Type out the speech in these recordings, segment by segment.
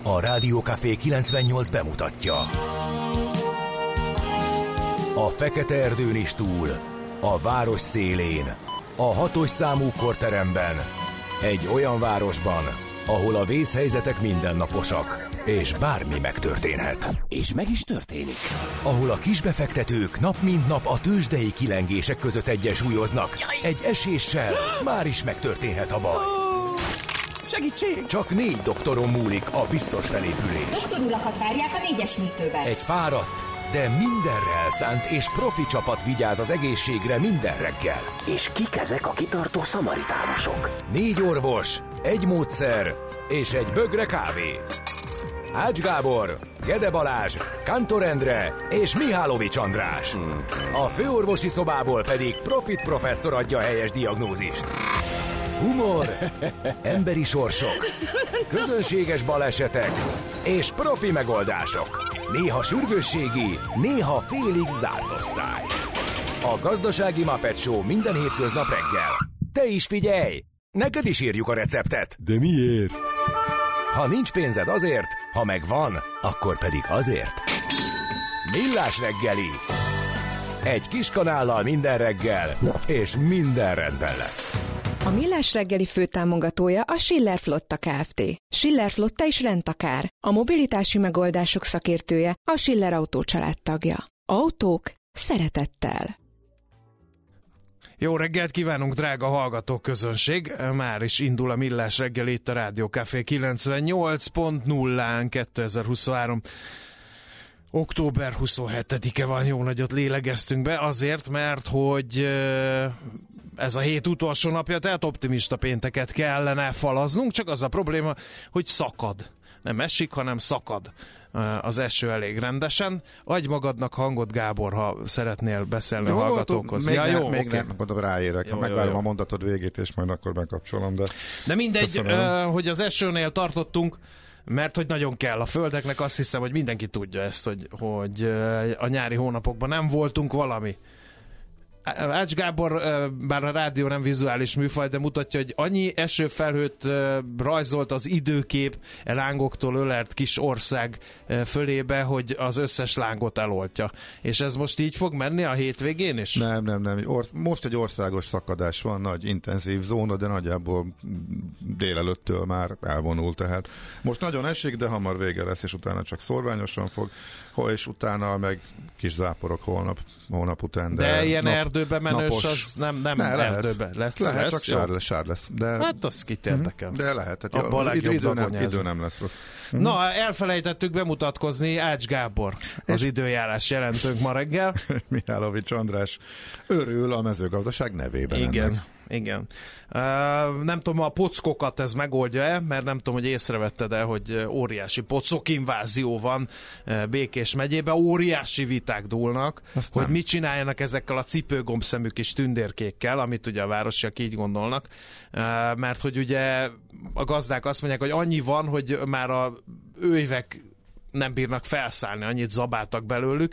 A Rádió Café 98 bemutatja. A fekete erdőn is túl, a város szélén, a 6-os számú korteremben, egy olyan városban, ahol a vészhelyzetek mindennaposak, és bármi megtörténhet. És meg is történik. Ahol a kisbefektetők nap mint nap a tőzsdei kilengések között egyensúlyoznak. Egy eséssel már is megtörténhet a baj. Segítség! Csak 4 doktoron múlik a biztos felépülés. Doktorulakat várják a 4-es műtőben. Egy fáradt, de mindenre elszánt és profi csapat vigyáz az egészségre minden reggel. És kik ezek a kitartó szamaritánusok? 4 orvos, egy módszer és egy bögre kávé. Ács Gábor, Gede Balázs, Kantor Endre és Mihálovics András. A főorvosi szobából pedig Profit professzor adja a helyes diagnózist. Humor, emberi sorsok, közönséges balesetek és profi megoldások. Néha sürgősségi, néha félig zárt osztály. A Gazdasági Muppet Show minden hétköznap reggel. Te is figyelj! Neked is írjuk a receptet. De miért? Ha nincs pénzed azért, ha megvan, akkor pedig azért. Millás reggeli. Egy kis kanállal minden reggel, és minden rendben lesz. A Millás reggeli főtámogatója a Schiller Flotta Kft. Schiller Flotta és rendtakár. A mobilitási megoldások szakértője, a Schiller Autó család tagja. Autók szeretettel. Jó reggelt kívánunk, drága hallgató közönség! Már is indul a Millás reggel itt a Rádió Café 98.0-án 2023. Október 27-e van, jó nagyot lélegeztünk be, azért, mert hogy ez a hét utolsó napja, tehát optimista pénteket kellene falaznunk, csak az a probléma, hogy szakad. Nem esik, hanem szakad az eső elég rendesen. Adj magadnak hangot, Gábor, ha szeretnél beszélni a hallgatókhoz. Még, ja, jó, még nem, mondom, ráérek. Jó, megvárom jó. A mondatod végét, és majd akkor bekapcsolom. De mindegy, hogy az esőnél tartottunk, mert hogy nagyon kell a földeknek, azt hiszem, hogy mindenki tudja ezt, hogy a nyári hónapokban nem voltunk valami. Ács Gábor, bár a rádió nem vizuális műfaj, de mutatja, hogy annyi esőfelhőt rajzolt az időkép lángoktól ölelt kis ország fölébe, hogy az összes lángot eloltja. És ez most így fog menni a hétvégén is? Nem. Most egy országos szakadás van, nagy intenzív zóna, de nagyjából délelőttől már elvonul, tehát most nagyon esik, de hamar vége lesz, és utána csak szorványosan fog, és utána meg kis záporok holnap után. De ilyen erdőbe menős, az nem erdőbe lesz. Lehet, csak sár lesz. De, hát az kit érdekel. De lehet. Abba a legjobb idő nem lesz rossz. Na, elfelejtettük bemutatkozni, Ács Gábor, az időjárás jelentőnk ma reggel. Mihálovics András örül a mezőgazdaság nevében. Igen. Nem tudom, a pockokat ez megoldja-e, mert nem tudom, hogy észrevetted-e, hogy óriási pocok invázió van Békés megyében, óriási viták dúlnak, azt hogy mit csináljanak ezekkel a cipőgombszemű kis tündérkékkel, amit ugye a városiak így gondolnak, mert hogy ugye a gazdák azt mondják, hogy annyi van, hogy már a őjvek nem bírnak felszállni, annyit zabáltak belőlük,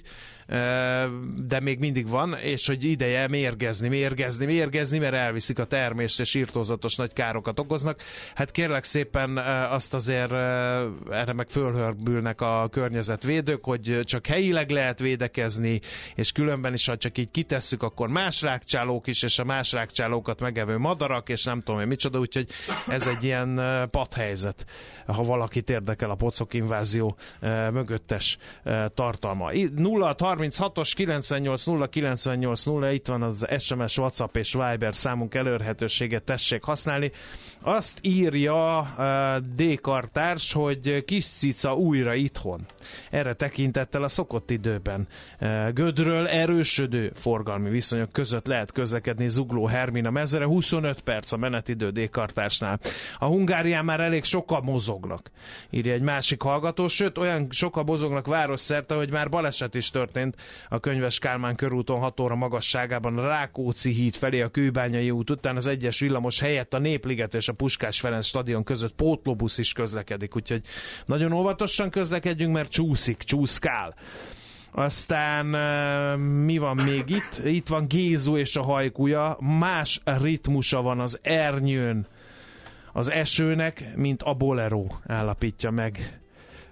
de még mindig van, és hogy ideje mérgezni, mert elviszik a termést, és irtózatos nagy károkat okoznak. Hát kérlek szépen azt azért erre meg fölhörbülnek a környezetvédők, hogy csak helyileg lehet védekezni, és különben is, ha csak így kitesszük, akkor más rákcsálók is, és a más rákcsálókat megevő madarak, és nem tudom én micsoda, úgyhogy ez egy ilyen padhelyzet, ha valakit érdekel a pocok invázió mögöttes tartalma. 0-36-os 98-0-98-0, itt van az SMS, WhatsApp és Viber számunk, elérhetőséget tessék használni. Azt írja D-kartárs, hogy kis cica újra itthon. Erre tekintettel a szokott időben Gödről erősödő forgalmi viszonyok között lehet közlekedni Zugló Hermina mezere, 25 perc a menetidő D-kartársnál. A Hungárián már elég sokan mozognak, írja egy másik hallgató, sőt olyan sokan mozognak városszerte, hogy már baleset is történt a Könyves Kálmán körúton 6 óra magasságában a Rákóczi híd felé a Kőbányai út után az egyes villamos helyett a Népliget és a Puskás Ferenc stadion között pótlóbusz is közlekedik, úgyhogy nagyon óvatosan közlekedjünk, mert csúszkál. Aztán mi van még itt? Itt van Gézu és a hajkúja, más ritmusa van az ernyőn az esőnek, mint a Bolero, állapítja meg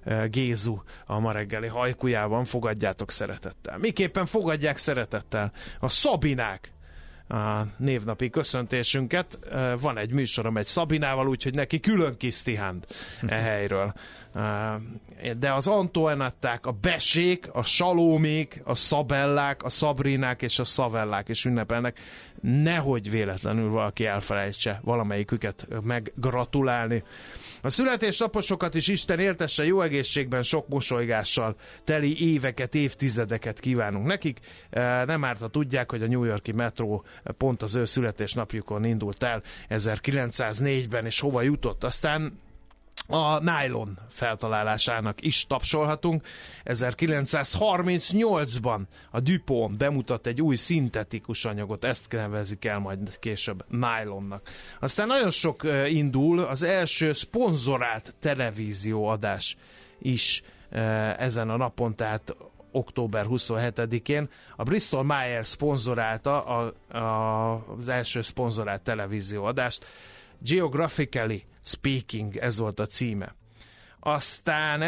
Gézu a ma reggeli hajkujában, fogadjátok szeretettel. Miképpen fogadják szeretettel a Szabinák a névnapi köszöntésünket? Van egy műsorom egy Szabinával, úgyhogy neki külön kis tihánt helyről. De az Antoinetták, a Besék, a Salómék, a Szabellák, a Szabrinák és a Szavellák is ünnepelnek. Nehogy véletlenül valaki elfelejtse valamelyiküket meggratulálni. A születésnaposokat is Isten éltesse jó egészségben, sok mosolygással teli éveket, évtizedeket kívánunk nekik. Nem árt, ha tudják, hogy a New York-i metró pont az ő születésnapjukon indult el 1904-ben, és hova jutott. Aztán a nylon feltalálásának is tapsolhatunk. 1938-ban a DuPont bemutat egy új szintetikus anyagot, ezt nevezik el majd később nylonnak. Aztán nagyon sok indul, az első szponzorált televízióadás is ezen a napon, tehát október 27-én. A Bristol Myers szponzorálta az első szponzorált televízióadást. Geographically Speaking, ez volt a címe. Aztán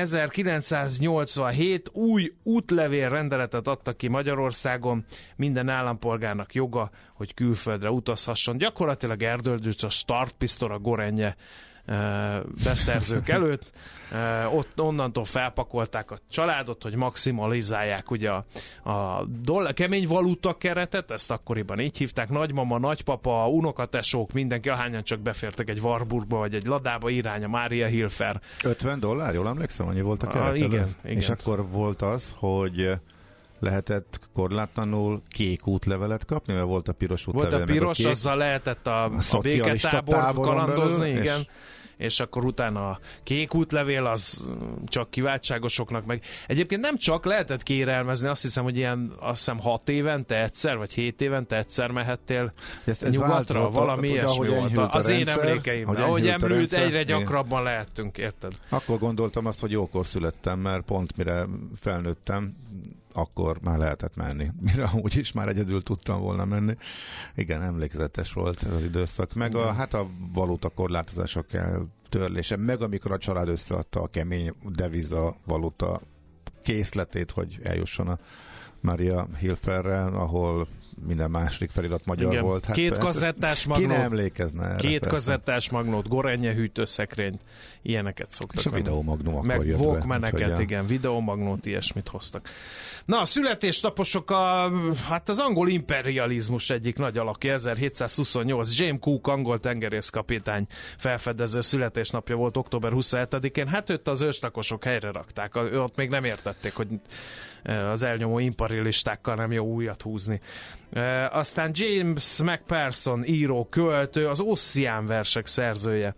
1987 új útlevélrendeletet adtak ki Magyarországon, minden állampolgárnak joga, hogy külföldre utazhasson. Gyakorlatilag eldördült a startpisztol a Gorenje beszerzők előtt. Onnantól felpakolták a családot, hogy maximalizálják ugye a kemény valuta keretet, ezt akkoriban így hívták, nagymama, nagypapa, unokatesók, mindenki, ahányan csak befértek egy Warburgba vagy egy Ladába, irány a Mária Hilfer. $50, jól emlékszem, annyi volt a keret? Igen. És akkor volt az, hogy lehetett korlátlanul kék útlevelet kapni, mert volt a piros útlevel. Volt a piros, azzal lehetett a béketáborba kalandozni, igen. És akkor utána a kék útlevél az csak kiváltságosoknak meg. Egyébként nem csak lehetett kérelmezni, azt hiszem, hogy ilyen 6 évente egyszer, vagy 7 évente egyszer mehettél nyugatra, valami ilyesmi volt. Az én emlékeimben. Ahogy emlült, egyre gyakrabban lehettünk, érted? Akkor gondoltam azt, hogy jókor születtem, mert pont mire felnőttem, akkor már lehetett menni. Mire amúgy is már egyedül tudtam volna menni. Igen, emlékezetes volt ez az időszak. Meg a valuta korlátozások törlése, meg amikor a család összeadta a kemény deviza valuta készletét, hogy eljusson a Mária Hilferrel, ahol minden második felirat magyar igen. volt. Hát, két kazettás magnót. Ki ne emlékezne erre? Két kazettás magnót, Gorenje hűtőszekrényt, ilyeneket szoktak. És a videómagnó akkor meg Walkmaneket, igen, videómagnót, ilyesmit hoztak. Na, a születésnaposok az angol imperializmus egyik nagy alakja, 1728. James Cook, angol tengerészkapitány felfedező születésnapja volt október 27-én. Hát őt az őslakosok helyre rakták. Ott még nem értették, hogy az elnyomó imperialistákkal nem jó újat húzni. Aztán James Macpherson, író, költő, az Ossian versek szerzője.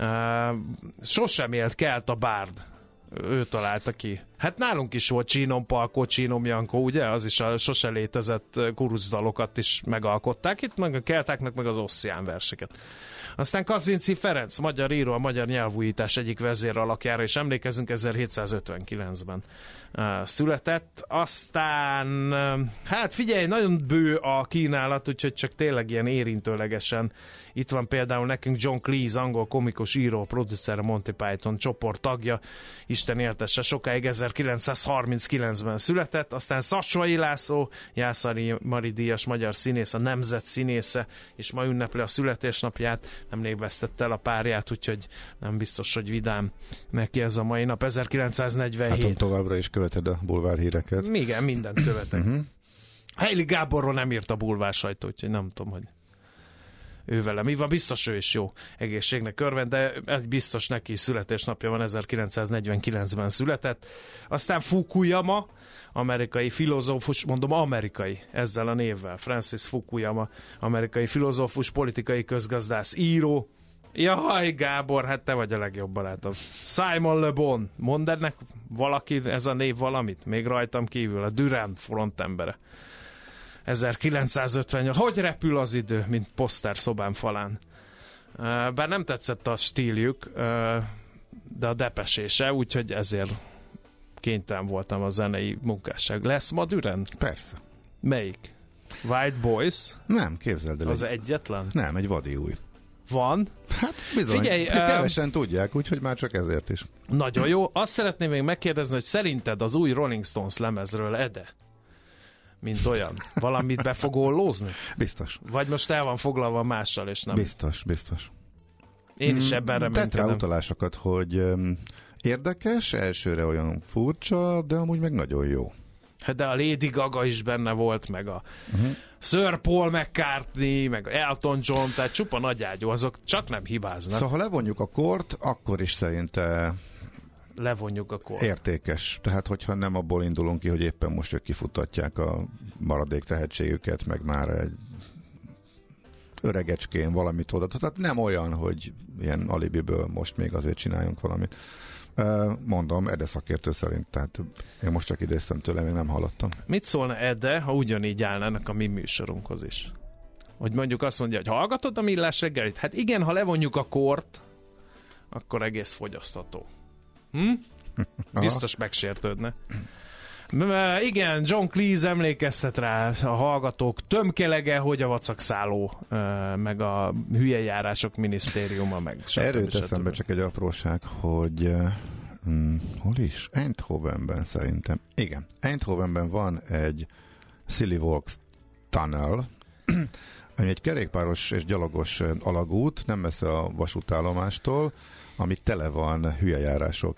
Sosem élt kelt a bárd. Ő találta ki. Hát nálunk is volt Csínom Palkó, Csínom Jankó, ugye? Az is a sose létezett kurucdalokat is megalkották. Itt meg a keltáknak meg az Ossian verseket. Aztán Kazinczy Ferenc, magyar író, a magyar nyelvújítás egyik vezéralakjára, és emlékezünk, 1759-ben született. Aztán, hát figyelj, nagyon bő a kínálat, úgyhogy csak tényleg ilyen érintőlegesen. Itt van például nekünk John Cleese, angol komikus író, producer, Monty Python csoport tagja, Isten éltesse, sokáig 1939-ben született. Aztán Szacsvai László, Jászai Mari díjas magyar színész, a Nemzet színésze, és ma ünnepli a születésnapját, nemrég vesztette el a párját, úgyhogy nem biztos, hogy vidám neki ez a mai nap. 1947. Hát továbbra is követed a bulvárhíreket. Igen, mindent követek. Heili Gáborról nem írt a bulvár sajtó, úgyhogy nem tudom, hogy ő vele mi van. Biztos ő is jó egészségnek örvend, de egy biztos neki születésnapja van, 1949-ben született. Aztán Fukuyama, amerikai filozófus, mondom amerikai, ezzel a névvel, Francis Fukuyama, amerikai filozófus, politikai közgazdász, író. Jaj, Gábor, hát te vagy a legjobb barátom. Simon Le Bon, mondd ennek valaki, ez a név valamit? Még rajtam kívül, a Durand frontembere. 1958. Hogy repül az idő, mint poszter szobám falán. Bár nem tetszett a stíljük, de a depesése, úgyhogy ezért kénytelen voltam a zenei munkásság. Lesz ma Durand? Persze. Melyik? White Boys? Nem, képzeld el. Az egyetlen? Nem, egy vadi új. Van? Hát bizony, figyelj, kevesen tudják, úgyhogy már csak ezért is. Nagyon jó. Azt szeretném még megkérdezni, hogy szerinted az új Rolling Stones lemezről Ede, mint olyan, valamit be fog ollózni? Biztos. Vagy most el van foglalva mással, és nem? Biztos. Én is ebben reménykedem. Tett rá utalásokat, hogy érdekes, elsőre olyan furcsa, de amúgy meg nagyon jó. De a Lady Gaga is benne volt, meg a Sir Paul McCartney, meg Elton John, tehát csupa nagyágyú, azok csak nem hibáznak. Szóval ha levonjuk a kort, akkor is szerinte Levonjuk a kort. értékes. Tehát, hogyha nem abból indulunk ki, hogy éppen most ők kifutatják a maradék tehetségüket, meg már egy öregecskén valamit oda. Tehát nem olyan, hogy ilyen alibiből most még azért csináljunk valamit. Mondom, Ede szakértő szerint, tehát én most csak idéztem tőle, még nem hallottam. Mit szólna Ede, ha ugyanígy állnának a mi műsorunkhoz is? Hogy mondjuk azt mondja, hogy hallgatod a Millás reggelit? Hát igen, ha levonjuk a kort, akkor egész fogyasztható. Biztos megsértődne. Igen, John Cleese emlékeztet rá a hallgatók tömkelege, hogy a vacakszálló, meg a hülyejárások minisztériuma, meg Erről eszembe csak egy apróság, hogy hol is? Eindhovenben szerintem. Igen, Eindhovenben van egy Silly Walks Tunnel, ami egy kerékpáros és gyalogos alagút, nem messze a vasútállomástól, ami tele van hülyejárások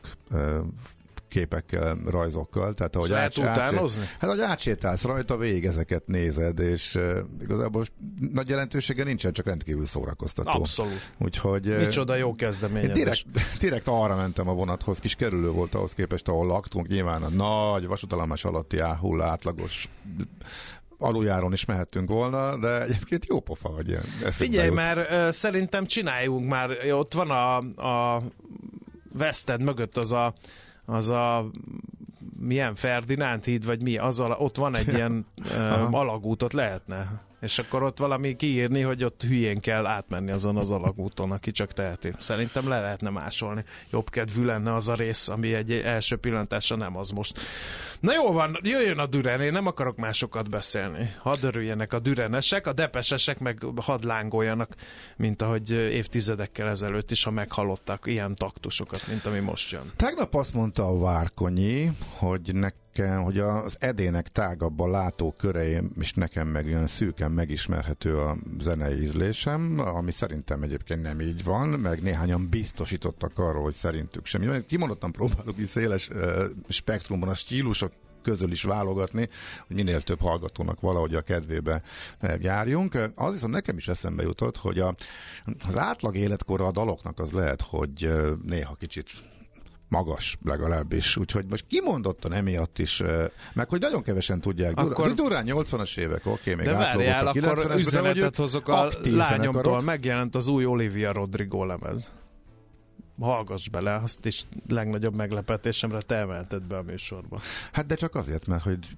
képekkel, rajzokkal, tehát ahogy ahogy átsétálsz rajta, végig ezeket nézed, és igazából nagy jelentősége nincsen, csak rendkívül szórakoztató. Abszolút. Úgyhogy micsoda jó kezdeményezés. Direkt arra mentem a vonathoz, kis kerülő volt ahhoz képest, ahol laktunk, nyilván a nagy vasútállomás alatti áhulla átlagos aluljáron is mehettünk volna, de egyébként jó pofa, hogy ilyen Figyelj, mert szerintem csináljunk már, ott van a West End mögött az a milyen Ferdinánd híd, vagy mi, ott van egy ilyen alagútot lehetne. És akkor ott valami kiírni, hogy ott hülyén kell átmenni azon az alagúton, aki csak teheti. Szerintem le lehetne másolni. Jobb kedvű lenne az a rész, ami egy első pillantásra nem az most. Na jó van, jöjjön a Düren, én nem akarok másokat beszélni. Hadd örüljenek a dürenesek, a depesesek meg hadd lángoljanak, mint ahogy évtizedekkel ezelőtt is, ha meghallották ilyen taktusokat, mint ami most jön. Tegnap azt mondta a Várkonyi, hogy az Edének tágabb a látóköreim, és nekem meg olyan szűken megismerhető a zenei ízlésem, ami szerintem egyébként nem így van, meg néhányan biztosítottak arról, hogy szerintük sem. Kimondottan próbálok is széles spektrumban a stílusok közül is válogatni, hogy minél több hallgatónak valahogy a kedvébe járjunk. Az viszont nekem is eszembe jutott, hogy az átlag életkora a daloknak az lehet, hogy néha kicsit magas legalábbis, úgyhogy most kimondottan emiatt is, meg hogy nagyon kevesen tudják. Durán 80-as évek, oké, még de várjál, akkor üzenetet hozok a lányomtól, zenekarok. Megjelent az új Olivia Rodrigo lemez. Hallgass bele, azt is legnagyobb meglepetésemre te emelted be a műsorba. Hát de csak azért, mert hogy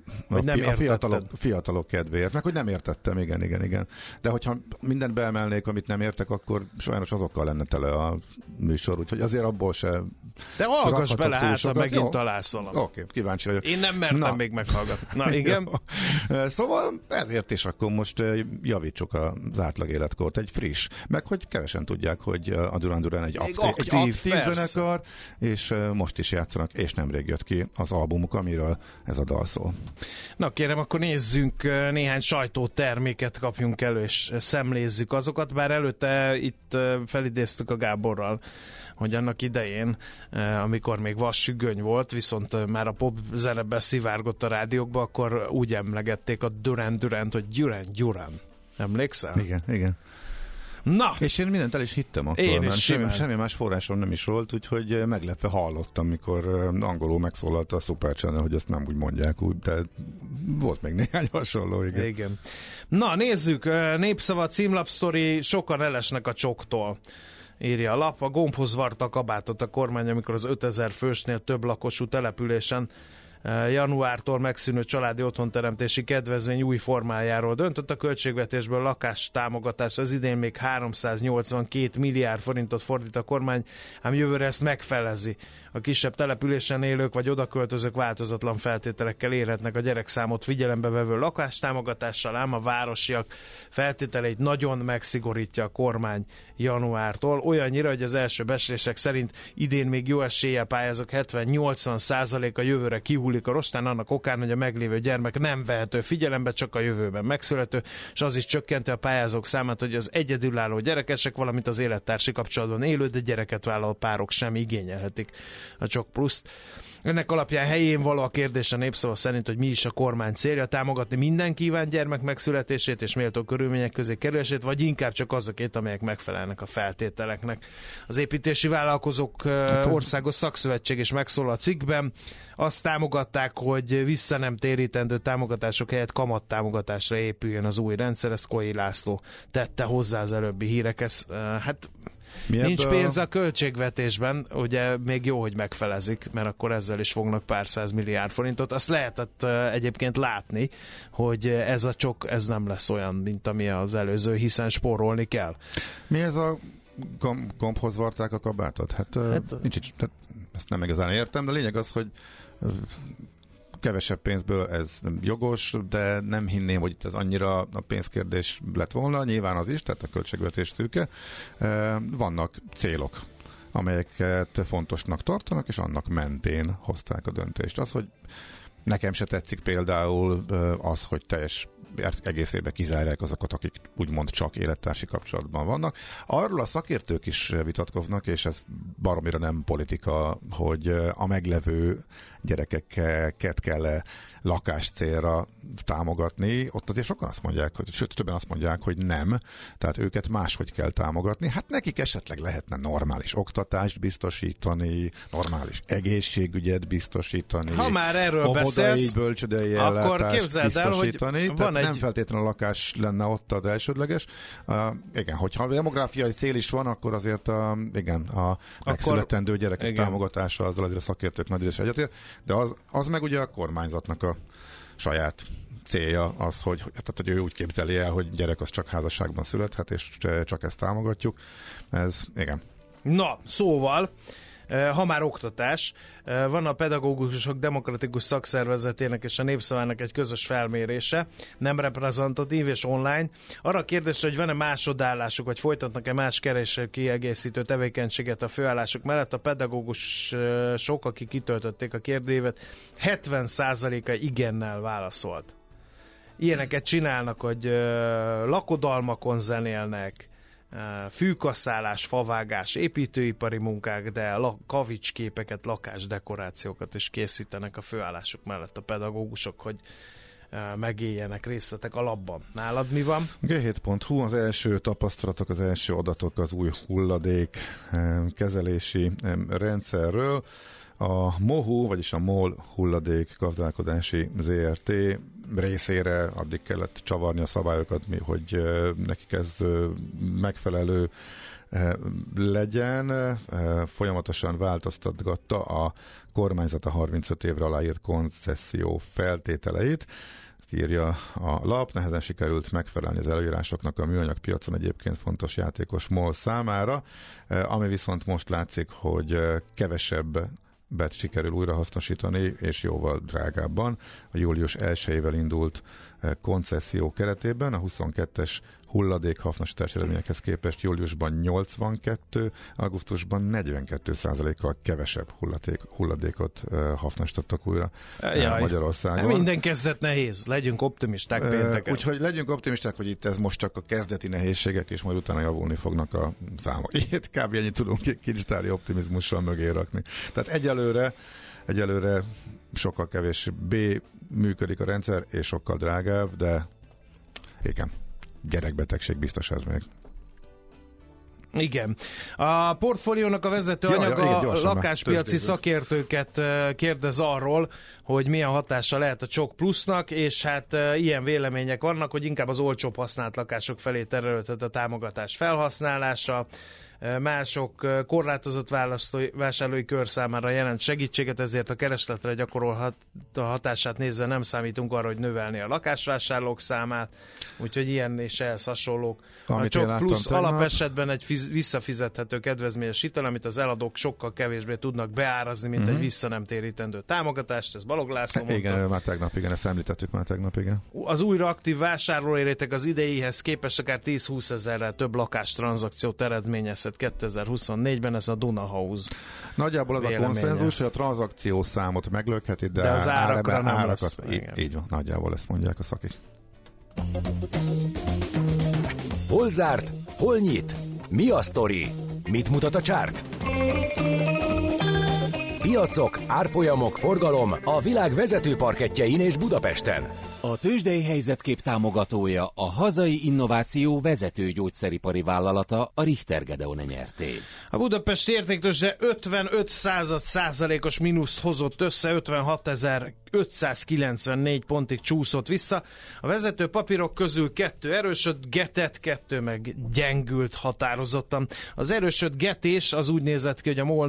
a fiatalok kedvéért, meg hogy nem értettem, igen. De hogyha mindent beemelnék, amit nem értek, akkor sajnos azokkal lenne tele a műsor, úgyhogy azért abból se de hallgass bele, hát ha megint találsz valamit. Oké, kíváncsi vagyok. Én nem mertem még meghallgatni. Na igen. Szóval ezért is akkor most javítsuk az átlag életkort. Egy friss, meg hogy kevesen tudják, hogy a Duran Duran egy aktív zenekar, és most is játszanak, és nemrég jött ki az albumuk, amiről ez a dal szól. Na kérem, akkor nézzünk néhány sajtóterméket, kapjunk elő, és szemlézzük azokat, bár előtte itt felidéztük a Gáborral, hogy annak idején, amikor még vasfüggöny volt, viszont már a pop zene beszivárgott a rádiókba, akkor úgy emlegették a Duran Durant, hogy Duran. Emlékszel? Igen. Na! És én mindent el is hittem akkor, én is semmi más forrásom nem is volt, úgyhogy meglepve hallottam, mikor angolul megszólalt a Super Channel, hogy ezt nem úgy mondják, de volt még néhány hasonló, igen. Na, nézzük, Népszava címlapsztori, sokan elesnek a csoktól. Írja a lap, a gombhoz varta a kabátot a kormány, amikor az 5000 fősnél több lakosú településen januártól megszűnő családi otthonteremtési kedvezmény új formájáról döntött. A költségvetésből lakástámogatás az idén még 382 milliárd forintot fordít a kormány, ám jövőre ezt megfelezi. A kisebb településen élők vagy odaköltözők változatlan feltételekkel élhetnek a gyerekszámot figyelembe vevő lakástámogatással, ám a városiak feltételeit nagyon megszigorítja a kormány januártól. Olyannyira, hogy az első becslések szerint idén még jó eséllyel pályázók 70-80%-a jövőre kihullik a rostán, annak okán, hogy a meglévő gyermek nem vehető figyelembe, csak a jövőben megszülető, és az is csökkenti a pályázók számát, hogy az egyedülálló gyerekesek, valamint az élettársi kapcsolatban élő, de gyereket vállaló párok sem igényelhetik a Csok Pluszt. Ennek alapján helyén való a kérdés a Népszava szerint, hogy mi is a kormány célja, támogatni minden kívánt gyermek megszületését és méltó körülmények közé kerülését, vagy inkább csak azokét, amelyek megfelelnek a feltételeknek. Az építési vállalkozók országos szakszövetség is megszólal a cikkben. Azt támogatták, hogy vissza nem térítendő támogatások helyett kamattámogatásra épüljön az új rendszer, ezt Koly László tette hozzá az előbbi hírekhez. Nincs pénz a költségvetésben, ugye még jó, hogy megfelezik, mert akkor ezzel is fognak pár 100 milliárd forintot. Azt lehetett egyébként látni, hogy ez a csok, ez nem lesz olyan, mint ami az előző, hiszen spórolni kell. Mi ez a gombhoz varták a kabátot? Hát ezt nem igazán értem, de lényeg az, hogy kevesebb pénzből ez jogos, de nem hinném, hogy itt ez annyira a pénzkérdés lett volna. Nyilván az is, tehát a költségvetés szűke. Vannak célok, amelyeket fontosnak tartanak, és annak mentén hozták a döntést. Az, hogy nekem se tetszik például az, hogy teljes egészében kizárják azokat, akik úgymond csak élettársi kapcsolatban vannak. Arról a szakértők is vitatkoznak, és ez baromira nem politika, hogy a meglevő gyerekeket kell lakás célra támogatni. Ott azért sokan azt mondják, sőt, többen azt mondják, hogy nem. Tehát őket máshogy kell támogatni. Hát nekik esetleg lehetne normális oktatást biztosítani, normális egészségügyet biztosítani. Ha már erről beszélsz, bölcsődei ellátást biztosítani. Van tehát nem feltétlenül a lakás lenne ott az elsődleges. Igen, hogyha a demográfiai cél is van, akkor azért a megszületendő gyerekek támogatása azzal azért a szakértők nagy része egyetért. De az meg ugye a kormányzatnak a saját célja az, hogy ő úgy képzeli el, hogy gyerek az csak házasságban születhet, és csak ezt támogatjuk. Ez, igen. Na, szóval, ha már oktatás, van a Pedagógusok Demokratikus Szakszervezetének és a Népszavának egy közös felmérése, nem reprezentatív és online. Arra a kérdésre, hogy van-e másodállásuk, vagy folytatnak-e más kereső kiegészítő tevékenységet a főállások mellett, a pedagógusok, akik kitöltötték a kérdőívet, 70%-a igennel válaszolt. Ilyeneket csinálnak, hogy lakodalmakon zenélnek, fűkaszálás, favágás, építőipari munkák, de kavicsképeket, lakásdekorációkat is készítenek a főállások mellett a pedagógusok, hogy megéljenek. Részletek a labban. Nálad mi van? G7.hu, az első tapasztalatok, az első adatok az új hulladék kezelési rendszerről. A MOHU, vagyis a MOL hulladék gazdálkodási ZRT részére addig kellett csavarni a szabályokat, hogy nekik ez megfelelő legyen. Folyamatosan változtatgatta a kormányzat a 35 évre aláírt koncesszió feltételeit. Írja a lap, nehezen sikerült megfelelni az előírásoknak a műanyag piacon egyébként fontos játékos MOL számára, ami viszont most látszik, hogy kevesebb sikerül újrahasznosítani, és jóval drágábban. A július 1-ével indult koncesszió keretében a 22-es hulladékhasznosítási eredményekhez képest júliusban 82, augusztusban 42%-kal kevesebb hulladékot hasznosítottak újra Magyarországon. Minden kezdet nehéz, legyünk optimisták pénteken. Úgyhogy legyünk optimisták, hogy itt ez most csak a kezdeti nehézségek, és majd utána javulni fognak a számok. Itt kb. Ennyit tudunk kincstári optimizmussal mögé rakni. Tehát egyelőre sokkal kevésbé működik a rendszer, és sokkal drágább, de igen, gyerekbetegség biztos ez még. Igen. A portfóliónak a vezető anyaga lakáspiaci szakértőket kérdez arról, hogy milyen hatása lehet a Csok Plusznak, és hát ilyen vélemények vannak, hogy inkább az olcsóbb használt lakások felé terelődhet a támogatás felhasználása. mások korlátozott vásárlói kör számára jelent segítséget, ezért a keresletre gyakorolt hatását nézve nem számítunk arra, hogy növelni a lakásvásárlók számát, úgyhogy ilyen és ehhez hasonlók. Csak plusz alapesetben egy visszafizethető kedvezményes hitel, amit az eladók sokkal kevésbé tudnak beárazni, mint egy vissza nem térítendő támogatást, ez Balog László mondta. Igen, már tegnap, igen, ezt említettük már tegnap, igen. Az újra aktív vásárlóérétek az ideihez képest akár 10-20 ezerrel több lakástranzakciót eredményezhet 2024-ben, ez a Dunahouse. Nagyjából az véleménye. A konszenzus, hogy a tranzakciós számot meglökheti, de az árakra nem lesz. Így van, nagyjából ezt mondják a szakik. Hol zárt? Hol nyit? Mi a sztori? Mit mutat a csárt? Piacok, árfolyamok, forgalom a világ vezető parkettjein és Budapesten. A tőzsdei helyzetkép támogatója a hazai innováció vezető gyógyszeripari vállalata, a Richter Gedeon nyerté. A Budapesti értéktőzsde 55%-os mínuszt hozott össze, 56.594 pontig csúszott vissza. A vezető papírok közül 2 erősödgetett, 2 meg gyengült határozottan. Az erősödgetés az úgy nézett ki, hogy a MOL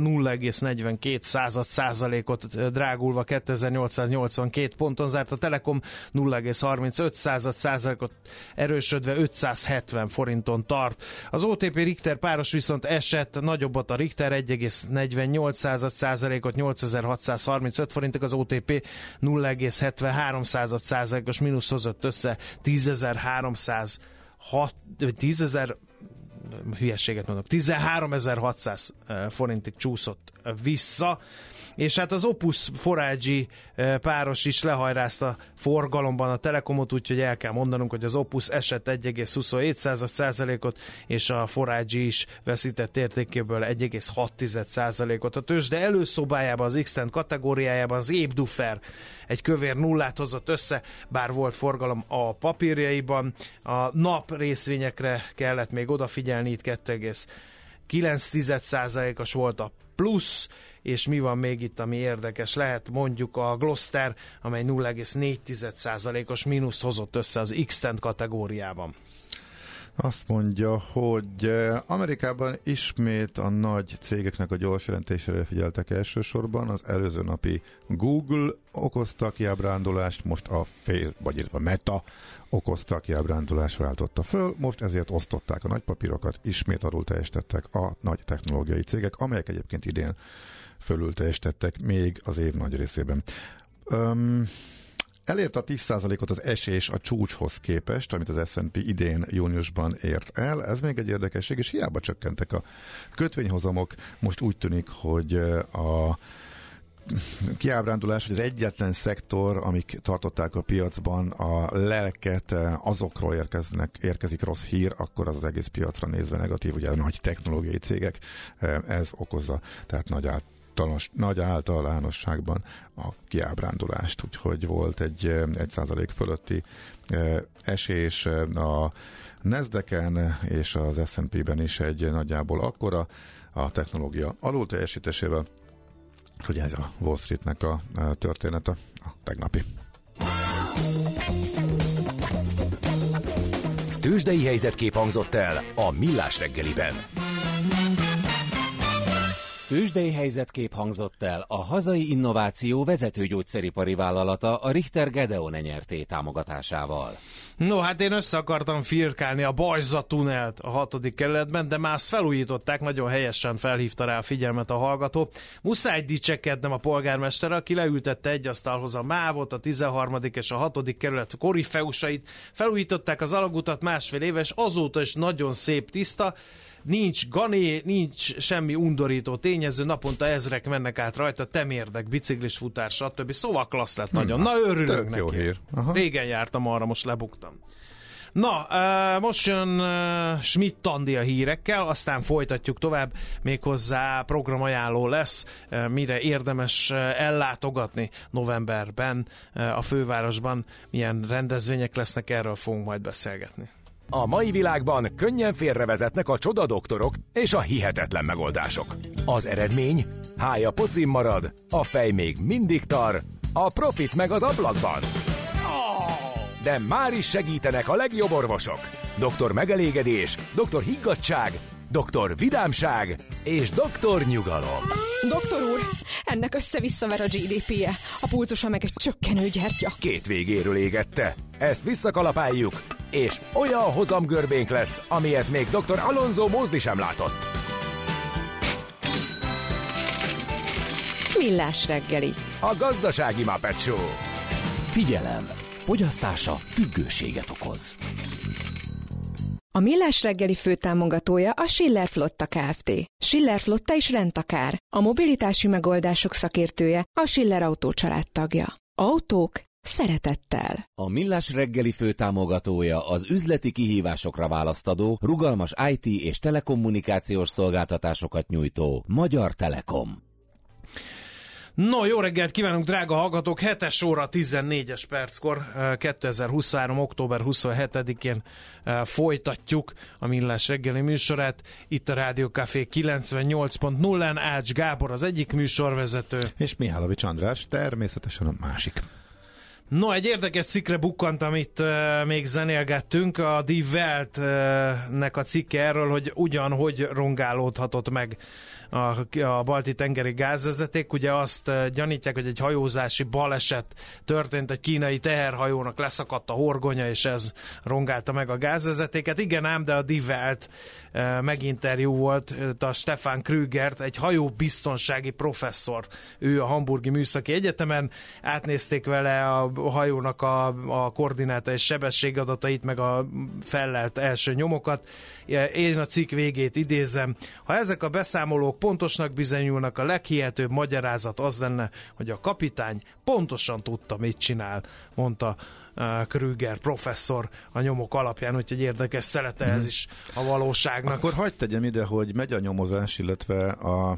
0,42%-ot drágulva 2882 ponton zárt, a Telekom 0,35%-ot erősödve 570 forinton tart. Az OTP Richter páros viszont esett nagyobbat, a Richter 1,48%-ot 8635 forintig, az OTP 0,73%-os mínusz hozott össze 13.600 forintig csúszott vissza. És hát az Opus Forage páros is lehajrázta forgalomban a Telekomot, úgyhogy el kell mondanunk, hogy az Opus esett 1,27%-ot, és a Forage is veszített értékéből 1,6%-ot. A tőzsde előszobájában, az X-Tent kategóriájában az Ébdufer egy kövér nullát hozott össze, bár volt forgalom a papírjaiban. A nap részvényekre kellett még odafigyelni, itt 2,9%-os volt a plusz, és mi van még itt, ami érdekes lehet? Mondjuk a Gloster, amely 0,4%-os mínuszt hozott össze az X-Tent kategóriában. Azt mondja, hogy Amerikában ismét a nagy cégeknek a gyors jelentésére figyeltek elsősorban. Az előző napi Google okozta kiábrándulást, most a vagy a Meta okozta kiábrándulást, váltotta föl, most ezért osztották a nagypapírokat, ismét alul teljesítettek a nagy technológiai cégek, amelyek egyébként idén fölül teljesítettek még az év nagy részében. Elért a 10%-ot az esés a csúcshoz képest, amit az S&P idén júniusban ért el. Ez még egy érdekesség, és hiába csökkentek a kötvényhozamok. Most úgy tűnik, hogy a kiábrándulás, hogy az egyetlen szektor, amik tartották a piacban a lelket, azokról érkezik rossz hír, akkor az egész piacra nézve negatív, ugye a nagy technológiai cégek, ez okozza, tehát nagy általánosságban a kiábrándulást, úgyhogy volt egy 1% fölötti esés a Nasdaqen és az S&P-ben is egy nagyjából akkora a technológia alul teljesítésével, hogy ez a Wall Streetnek a története, a tegnapi. Tőzsdei helyzetkép hangzott el a Millás reggeliben. Tőzsdei helyzetkép hangzott el a hazai innováció vezető gyógyszeripari vállalata, a Richter Gedeon nyerté támogatásával. No, hát én össze akartam firkálni a Bajza tunelt a 6. kerületben, de már azt felújították, nagyon helyesen felhívta rá a figyelmet a hallgató. Muszáj dicsekednem a polgármester, aki leültette egy asztalhoz a MÁV-ot, a 13. és a 6. kerület korifeusait. Felújították az alagutat 1,5 éve, és azóta is nagyon szép, tiszta. Nincs gané, nincs semmi undorító tényező, naponta ezrek mennek át rajta, temérdek, biciklis futár, stb. Szóval klassz lett nagyon. Na, örülök neki. Jó hír. Régen jártam arra, most lebuktam. Na, most jön Schmidt Andi a hírekkel, aztán folytatjuk tovább, méghozzá programajánló lesz, mire érdemes ellátogatni novemberben a fővárosban, milyen rendezvények lesznek, erről fogunk majd beszélgetni. A mai világban könnyen félrevezetnek a csodadoktorok és a hihetetlen megoldások. Az eredmény? Hája pocim marad, a fej még mindig tar, a profit meg az ablakban. De már is segítenek a legjobb orvosok. Doktor megelégedés, doktor higgadtság, Dr. Vidámság és Dr. Nyugalom. Doktor úr, ennek össze-visszaver a GDP-je, a pulzusa meg egy csökkenő gyertya. Két végéről égette. Ezt visszakalapáljuk, és olyan hozamgörbénk lesz, amilyet még Dr. Alonso Mózdi sem látott. Millás reggeli. A gazdasági Muppet Show. Figyelem! Fogyasztása függőséget okoz. A Millás reggeli főtámogatója a Schiller Flotta Kft. Schiller Flotta és rendtakár. A mobilitási megoldások szakértője, a Schiller Autó családtagja. Autók szeretettel. A Millás reggeli főtámogatója az üzleti kihívásokra választadó, rugalmas IT és telekommunikációs szolgáltatásokat nyújtó Magyar Telekom. No, jó reggelt kívánunk, drága hallgatók! 7 óra 14-es perckor, 2023. október 27-én folytatjuk a Millás reggeli műsorát. Itt a Rádió Café 98.0-án Ács Gábor az egyik műsorvezető. És Mihálovics András természetesen a másik. No, egy érdekes cikkre bukkant, amit még zenélgettünk, a Die Welt-nek a cikke erről, hogy ugyanhogy rongálódhatott meg a balti-tengeri gázvezeték. Ugye azt gyanítják, hogy egy hajózási baleset történt, egy kínai teherhajónak leszakadt a horgonya, és ez rongálta meg a gázvezetéket. Igen ám, de a Die Welt meginterjú volt a Stefan Krügert, egy hajóbiztonsági professzor. Ő a Hamburgi Műszaki Egyetemen, átnézték vele a hajónak a koordináta és sebességadatait, meg a fellelt első nyomokat. Én a cikk végét idézem. Ha ezek a beszámolók pontosnak bizonyulnak, a leghihetőbb magyarázat az lenne, hogy a kapitány pontosan tudta, mit csinál, mondta Krüger professzor a nyomok alapján, úgyhogy érdekes szelete ez is a valóságnak. Akkor hagyd tegyem ide, hogy megy a nyomozás, illetve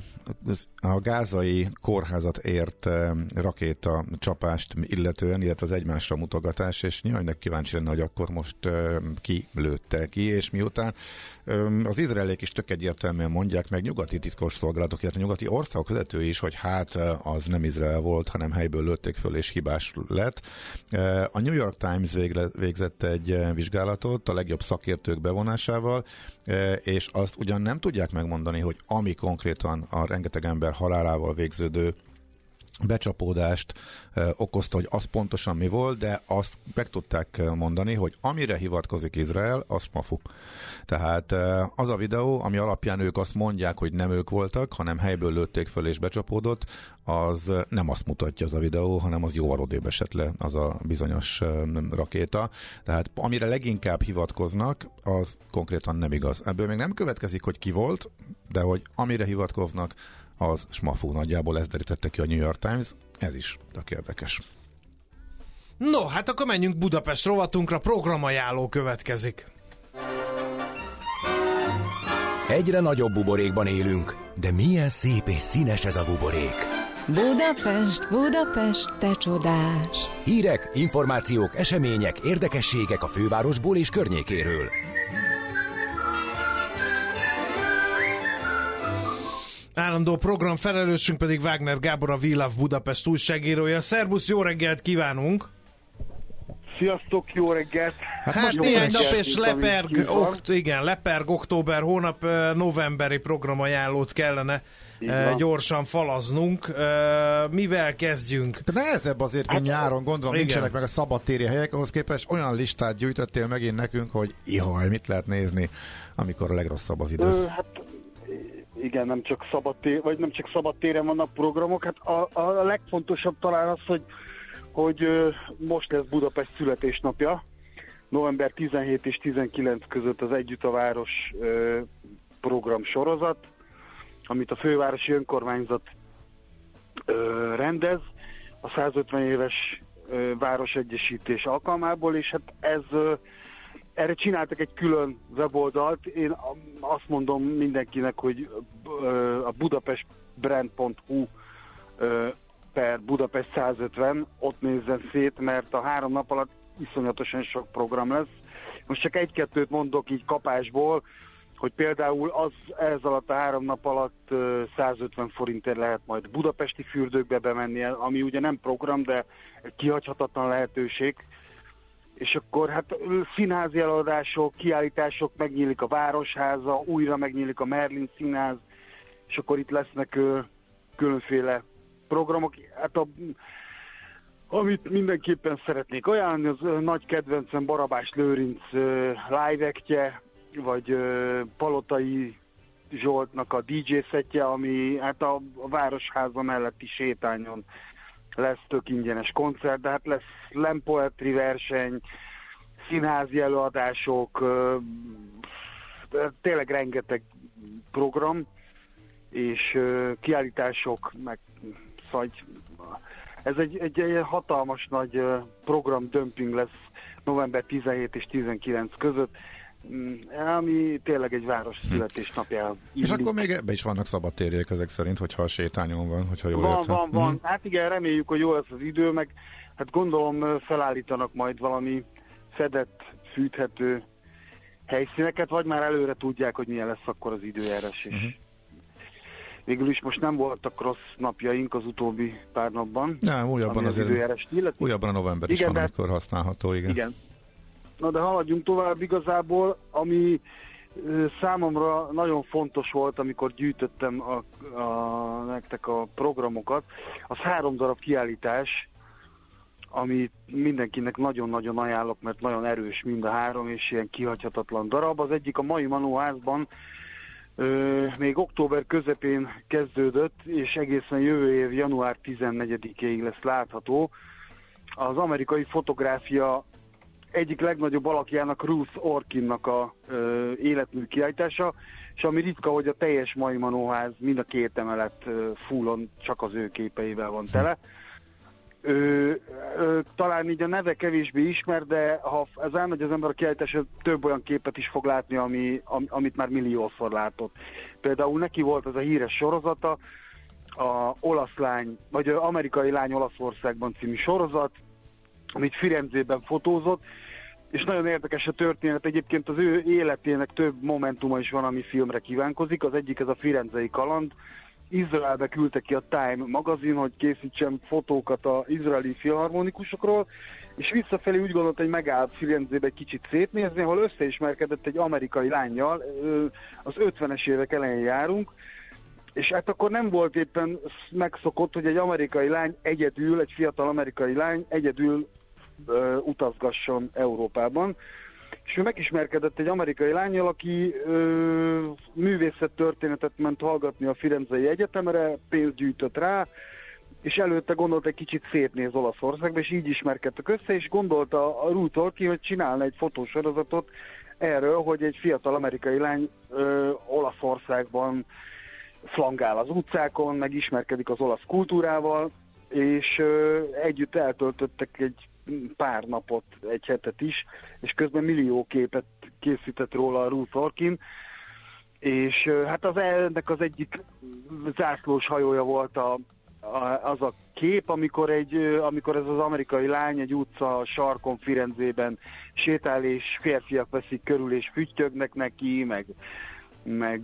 a gázai kórházat ért rakéta csapást illetően, illetve az egymásra mutogatás, és nyilván kíváncsi lenne, hogy akkor most ki lőtte ki, és miután az izraelék is tök egyértelműen mondják, meg nyugati titkosszolgálatok, illetve nyugati országok vezetői is, hogy hát az nem Izrael volt, hanem helyből lőtték föl, és hibás lett. A New York Times végzett egy vizsgálatot a legjobb szakértők bevonásával, és azt ugyan nem tudják megmondani, hogy ami konkrétan a rengeteg ember halálával végződő becsapódást okozta, hogy az pontosan mi volt, de azt meg tudták mondani, hogy amire hivatkozik Izrael, az mafu. Tehát az a videó, ami alapján ők azt mondják, hogy nem ők voltak, hanem helyből lőtték föl és becsapódott, az nem azt mutatja az a videó, hanem az jóval odébb esett le az a bizonyos rakéta. Tehát amire leginkább hivatkoznak, az konkrétan nem igaz. Ebből még nem következik, hogy ki volt, de hogy amire hivatkoznak, az smafú, nagyjából ezt derítette ki a New York Times. Ez is tök érdekes. No, hát akkor menjünk Budapest rovatunkra, programajánló következik. Egyre nagyobb buborékban élünk, de milyen szép és színes ez a buborék. Budapest, Budapest, te csodás! Hírek, információk, események, érdekességek a fővárosból és környékéről. Állandó programfelelősünk pedig Wagner Gábor, a We Love Budapest újságírója. Szerbusz, jó reggelt kívánunk! Sziasztok, jó reggelt! Hát néhány nap és leperg október hónap, novemberi programajánlót kellene gyorsan falaznunk. Mivel kezdjünk? De nehezebb azért, mint nyáron, gondolom, igen. Nincsenek meg a szabadtéri helyek, ahhoz képest olyan listát gyűjtöttél megint nekünk, hogy ihaj, mit lehet nézni, amikor a legrosszabb az idő. Igen, nem csak szabadtéren vannak programok. Hát a legfontosabb talán az, hogy most lesz Budapest születésnapja. November 17 és 19 között az Együtt a Város program sorozat, amit a fővárosi önkormányzat rendez a 150 éves városegyesítés alkalmából, és hát erre csináltak egy külön weboldalt. Én azt mondom mindenkinek, hogy a budapestbrand.hu per Budapest 150, ott nézzen szét, mert a 3 nap alatt iszonyatosan sok program lesz. Most csak egy-kettőt mondok így kapásból, hogy például ez alatt a 3 nap alatt 150 forintért lehet majd budapesti fürdőkbe bemenni, ami ugye nem program, de kihagyhatatlan lehetőség. és akkor hát színházi előadások, kiállítások, megnyílik a Városháza, újra megnyílik a Merlin Színház, és akkor itt lesznek különféle programok. Hát amit mindenképpen szeretnék ajánlani, az nagy kedvencem Barabás Lőrinc live actje, vagy Palotai Zsoltnak a DJ szettje, ami hát a Városháza melletti sétányon lesz tök ingyenes koncert, de hát lesz slam poetry verseny, színházi előadások, tényleg rengeteg program, és kiállítások, meg szagy. Ez egy hatalmas nagy programdömping lesz november 17 és 19 között, ami tényleg egy város születésnapja. És akkor még ebbe is vannak szabadtérjék ezek szerint, hogyha a sétányon van, hogyha jól értem. Van. Hát igen, reméljük, hogy jó lesz az idő, meg hát gondolom felállítanak majd valami fedett, fűthető helyszíneket, vagy már előre tudják, hogy milyen lesz akkor az időjárás is. Végül is most nem voltak rossz napjaink az utóbbi pár napban. Nem, újabban újabban a november is van, amikor használható, igen. Na de haladjunk tovább igazából, ami számomra nagyon fontos volt, amikor gyűjtöttem nektek a programokat, az 3 darab kiállítás, amit mindenkinek nagyon-nagyon ajánlok, mert nagyon erős mind a 3, és ilyen kihagyhatatlan darab. Az egyik a Mai Manóházban még október közepén kezdődött, és egészen jövő év január 14-ig lesz látható. Az amerikai fotográfia egyik legnagyobb alakjának, Ruth Orkinnak a életmű kiállítása, és ami ritka, hogy a teljes Mai Manóház mind a 2 emelet fullon csak az ő képeivel van tele. Talán így a neve kevésbé ismer, de ha ez elmegy az ember a kiállításra, több olyan képet is fog látni, amit már milliószor látott. Például neki volt az a híres sorozata, a Olasz lány, vagy Amerikai lány Olaszországban című sorozat, amit Firenzében fotózott, és nagyon érdekes a történet. Egyébként az ő életének több momentuma is van, ami filmre kívánkozik. Az egyik ez a firenzei kaland. Izraelbe küldte ki a Time magazin, hogy készítsen fotókat az izraeli filharmonikusokról, és visszafelé úgy gondolta, hogy megállt Firenzébe egy kicsit szétnézni, ahol összeismerkedett egy amerikai lánnyal, az 50-es évek elején járunk, és hát akkor nem volt éppen megszokott, hogy egy amerikai lány egyedül, egy fiatal amerikai lány egyedül utazgasson Európában. És ő megismerkedett egy amerikai lánnyal, aki művészettörténetet ment hallgatni a Firenzei Egyetemre, pénzt gyűjtött rá, és előtte gondolt egy kicsit szétnéz Olaszországba, és így ismerkedtek össze, és gondolta a Ruth Orkin, hogy csinálna egy fotósorozatot erről, hogy egy fiatal amerikai lány Olaszországban flangál az utcákon, meg ismerkedik az olasz kultúrával, és együtt eltöltöttek egy pár napot, egy hetet is, és közben millió képet készített róla a Ruth Orkin, és hát ennek az egyik zászlós hajója volt az a kép, amikor ez az amerikai lány egy utca sarkon Firenzében sétál, és férfiak veszik körül, és füttyögnek neki, meg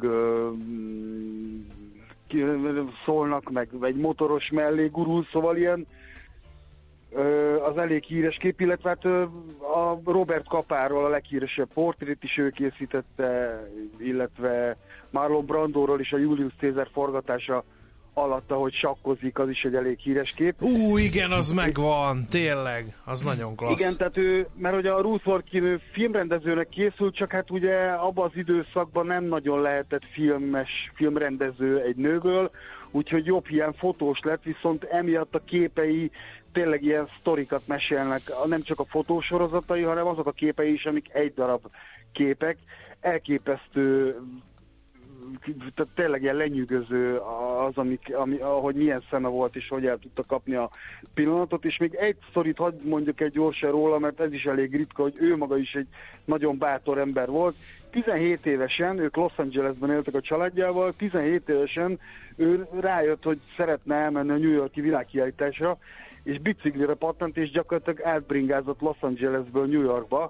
szólnak, meg egy motoros mellé gurul, szóval ilyen az elég híres kép, illetve hát a Robert Kapáról a leghíresebb portrét is ő készítette, illetve Marlon Brandóról is a Julius Caesar forgatása alatt, ahogy sakkozik, az is egy elég híres kép. Igen, az megvan, tényleg, az nagyon klassz. Igen, tehát mert ugye a Ruth Orkin filmrendezőnek készült, csak hát ugye abban az időszakban nem nagyon lehetett filmrendező egy nőből, úgyhogy jobb ilyen fotós lett, viszont emiatt a képei tényleg ilyen sztorikat mesélnek, nem csak a fotósorozatai, hanem azok a képei is, amik egy darab képek, elképesztő, tehát tényleg ilyen lenyűgöző az, ahogy milyen szeme volt, és hogy el tudta kapni a pillanatot, és még egy sztorit hadd mondjuk egy gyorsan róla, mert ez is elég ritka, hogy ő maga is egy nagyon bátor ember volt. 17 évesen, ők Los Angelesben éltek a családjával, 17 évesen ő rájött, hogy szeretne elmenni a New York-i világkiállításra, és biciklire pattant, és gyakorlatilag átbringázott Los Angelesből New Yorkba.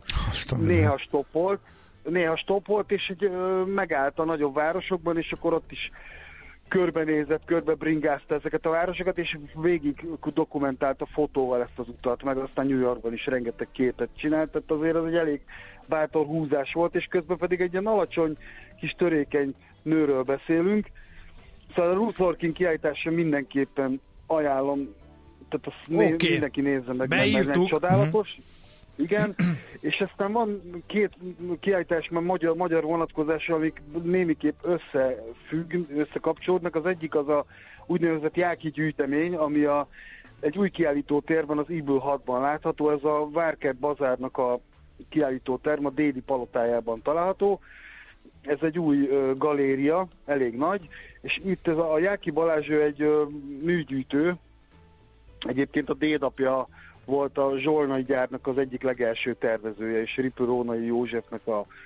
Néha stoppolt, és megállt a nagyobb városokban, és akkor ott is körbenézett, körbebringázta ezeket a városokat, és végig dokumentálta fotóval ezt az utat, meg aztán New Yorkban is rengeteg képet csinált, tehát azért az egy elég bátor húzás volt, és közben pedig egy ilyen alacsony, kis törékeny nőről beszélünk. Szóval a Ruth Lorkin kiállítása mindenképpen ajánlom, tehát azt mindenki nézze meg, mert csodálatos. Igen, és aztán van két kiállítás, mert magyar vonatkozásra, amik némiképp összekapcsolódnak. Az egyik az a úgynevezett Jáki gyűjtemény, ami egy új kiállítótérben, az Eagle 6-ban látható. Ez a Várkert Bazárnak a kiállítóterm, a déli palotájában található. Ez egy új galéria, elég nagy, és itt ez a Jáki Balázs egy műgyűjtő, egyébként a dédapja volt a Zsolnai gyárnak az egyik legelső tervezője, és Ripő Rónai Józsefnek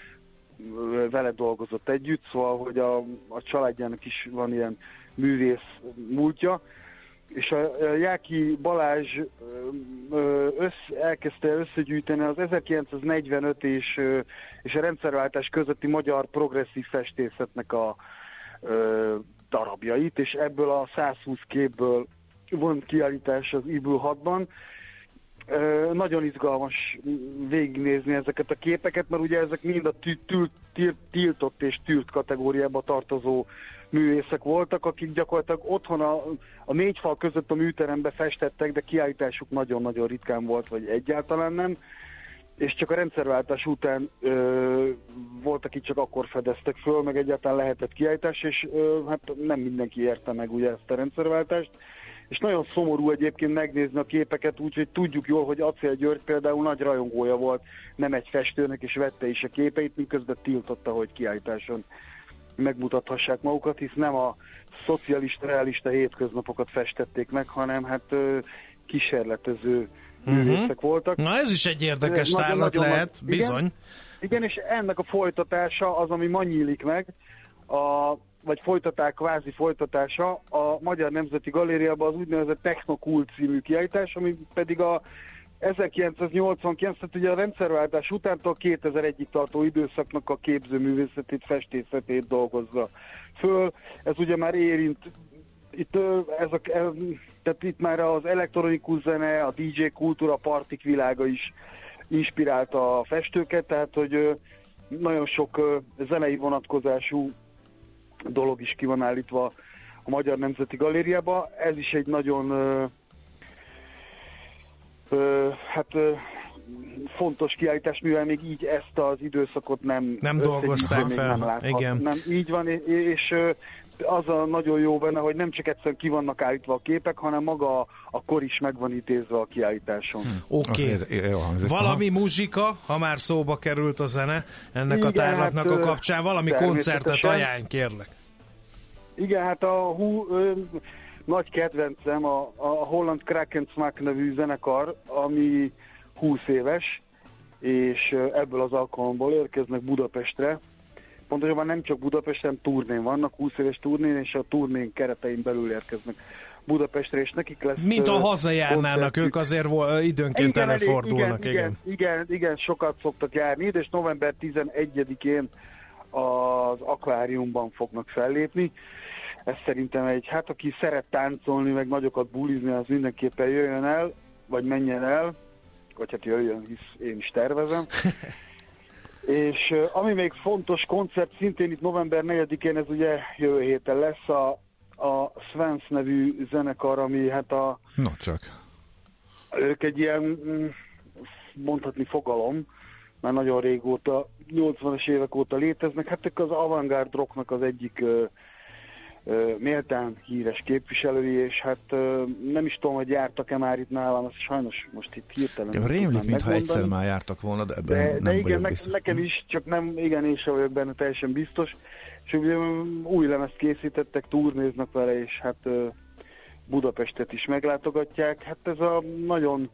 vele dolgozott együtt, szóval, hogy a családjának is van ilyen művész múltja, és a Jáki Balázs elkezdte összegyűjteni az 1945 és a rendszerváltás közötti magyar progresszív festészetnek a darabjait, és ebből a 120 képből van kiállítás az Eagle 6-ban. Nagyon izgalmas végignézni ezeket a képeket, mert ugye ezek mind a tiltott és tűrt kategóriába tartozó művészek voltak, akik gyakorlatilag otthon a négy fal között a műterembe festettek, de kiállításuk nagyon-nagyon ritkán volt, vagy egyáltalán nem, és csak a rendszerváltás után volt, akik csak akkor fedeztek föl, meg egyáltalán lehetett kiállítás, és hát nem mindenki érte meg ugye ezt a rendszerváltást. És nagyon szomorú egyébként megnézni a képeket, úgyhogy tudjuk jól, hogy Acél György például nagy rajongója volt, nem egy festőnek, és vette is a képeit, miközben tiltotta, hogy kiállításon megmutathassák magukat, hisz nem a szocialista, realista hétköznapokat festették meg, hanem hát kísérletező művészek voltak. Na ez is egy érdekes tárlat lehet, bizony. Igen, és ennek a folytatása az, ami ma nyílik meg, vagy kvázi folytatása a Magyar Nemzeti Galériában az úgynevezett Technokult című kiállítás, ami pedig a 1989, tehát ugye a rendszerváltás utántól 2001-ig tartó időszaknak a képzőművészetét, festészetét dolgozza föl. Ez ugye már érint, tehát itt már az elektronikus zene, a DJ kultúra, a partik világa is inspirálta a festőket, tehát hogy nagyon sok zenei vonatkozású dolog is ki van állítva a Magyar Nemzeti Galériába. Ez is egy nagyon fontos kiállítás, mivel még így ezt az időszakot nem dolgozták fel. Nem igen. Nem, így van, és az a nagyon jó benne, hogy nem csak egyszerűen ki vannak állítva a képek, hanem maga a kor is meg van intézve a kiállításon. Oké. Valami muzsika, ha már szóba került a zene ennek a tárlatnak a kapcsán, valami koncertet ajánlj, kérlek. Igen, hát nagy kedvencem a Holland Krakensmack nevű zenekar, ami 20 éves, és ebből az alkalomból érkeznek Budapestre. Pontosabban nem csak Budapesten, turnén vannak, 20 éves turnén, és a turnén keretein belül érkeznek Budapestre, és nekik lesz... Mint a hazajárnának, ők azért időnként előfordulnak. Igen, sokat szoktak járni, és november 11-én az akváriumban fognak fellépni. Ez szerintem aki szeret táncolni, meg nagyokat bulizni, az mindenképpen jöjjön el, vagy menjen el, vagy hát jöjjön, hisz én is tervezem. És ami még fontos koncert, szintén itt november 4-én, ez ugye jövő héten lesz a Svens nevű zenekar, ami hát No csak. Ők egy ilyen, mondhatni fogalom, már nagyon régóta, 80-as évek óta léteznek, hát ők az avantgárd rocknak az egyik méltán híres képviselői, és hát nem is tudom, hogy jártak-e már itt nálam, azt sajnos most itt hirtelen rémlik, mintha egyszer már jártak volna, de ebben nem igen, vagyok biztos. Nekem is, csak nem, igen, én sem vagyok benne teljesen biztos, és ugye új lemezt készítettek, turnéznak vele, és hát Budapestet is meglátogatják. Hát ez a nagyon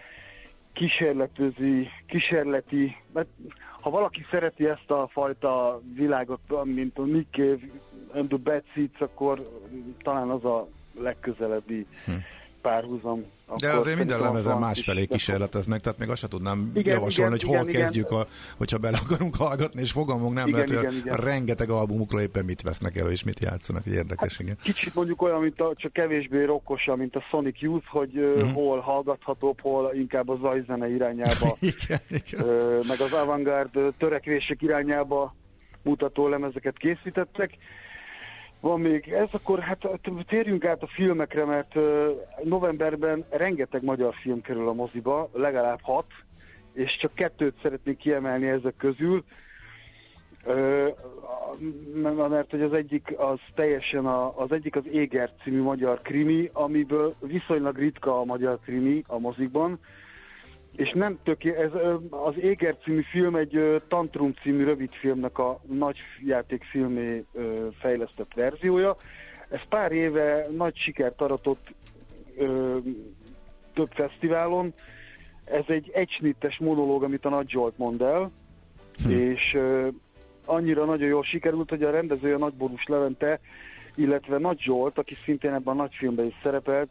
kísérleti, mert ha valaki szereti ezt a fajta világot, mint a Nick Cave and the Bad Seeds, akkor talán az a legközelebbi párhuzam. De akkor azért minden szerintem lemezen van másfelé is. kísérleteznek, tehát még azt sem tudnám Igen, javasolni, igen, hogy hol igen, kezdjük, hogyha bele akarunk hallgatni, és fogalmunk nem Igen, lehet, hogy igen. a rengeteg albumukra éppen mit vesznek elő, és mit játszanak, hogy érdekes, igen. Kicsit mondjuk olyan, mint csak kevésbé rockosan, mint a Sonic Youth, hogy hol hallgathatóbb, hol inkább a zajzene irányába, Igen. meg az avantgárd törekvések irányába mutató lemezeket készítettek. Van még ez, akkor hát térjünk át a filmekre, mert novemberben rengeteg magyar film kerül a moziba, legalább 6, és csak 2 szeretnék kiemelni ezek közül, mert hogy az egyik az teljesen az egyik az Éger című magyar krimi, amiből viszonylag ritka a magyar krimi a mozikban, és nem ez az Éger című film egy Tantrum című rövidfilmnek a nagyjátékfilmé fejlesztett verziója. Ez pár éve nagy sikert aratott több fesztiválon. Ez egy egysnittes monológ, amit a Nagy Zsolt mond el, és annyira nagyon jól sikerült, hogy a rendezője Nagy Borús Levente, illetve Nagy Zsolt, aki szintén ebben a nagyfilmben is szerepelt,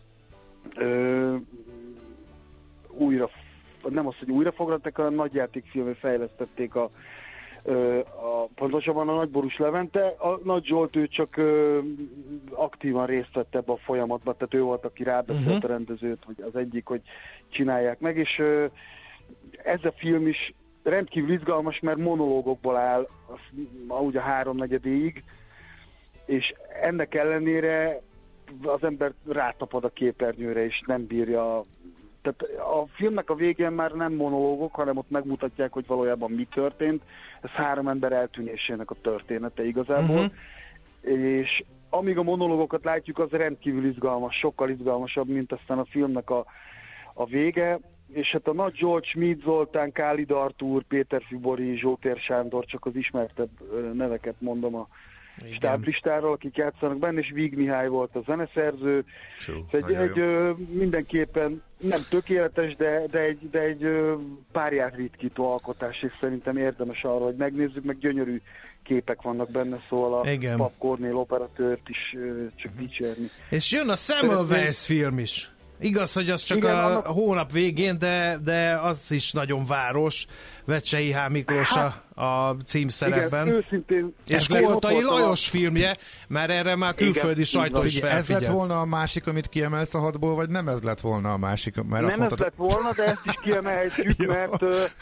nem azt, hogy újra foglalták, hanem nagyjátékfilmé fejlesztették pontosabban a Nagy Borús Levente. A Nagy Zsolt ő csak aktívan részt vett ebbe a folyamatban, tehát ő volt, aki rábeszélt a rendezőt, hogy az egyik, hogy csinálják meg, és ez a film is rendkívül izgalmas, mert monológokból áll ugye 3/4-ig, és ennek ellenére az ember rátapad a képernyőre, és nem bírja. Tehát a filmnek a végén már nem monológok, hanem ott megmutatják, hogy valójában mi történt. Ez 3 ember eltűnésének a története igazából. És amíg a monológokat látjuk, az rendkívül izgalmas, sokkal izgalmasabb, mint aztán a filmnek a vége. És hát a Nagy Zsolt, Schmidt Zoltán, Kálid Artúr, Péter Fibori, Zsótér Sándor, csak az ismertebb neveket mondom a stáblistáról, akik játszanak benne, és Víg Mihály volt a zeneszerző. Mindenképpen nem tökéletes, de egy párját ritkító alkotás, és szerintem érdemes arra, hogy megnézzük, meg gyönyörű képek vannak benne, szóval a Pap Kornél operatőrt is csak dicsérni. És jön a Semmelweis film is. Igaz, hogy az csak a hónap végén, de az is nagyon város. Vecsei H. Miklós a címszerepben. Igen, őszintén. És Koltai Lajos filmje, mert erre már külföldi sajtó is felfigyel. Ez lett volna a másik, amit kiemelsz a 6-ból, vagy nem ez lett volna a másik? Mert nem ez lett volna, de ezt is kiemelhetjük, mert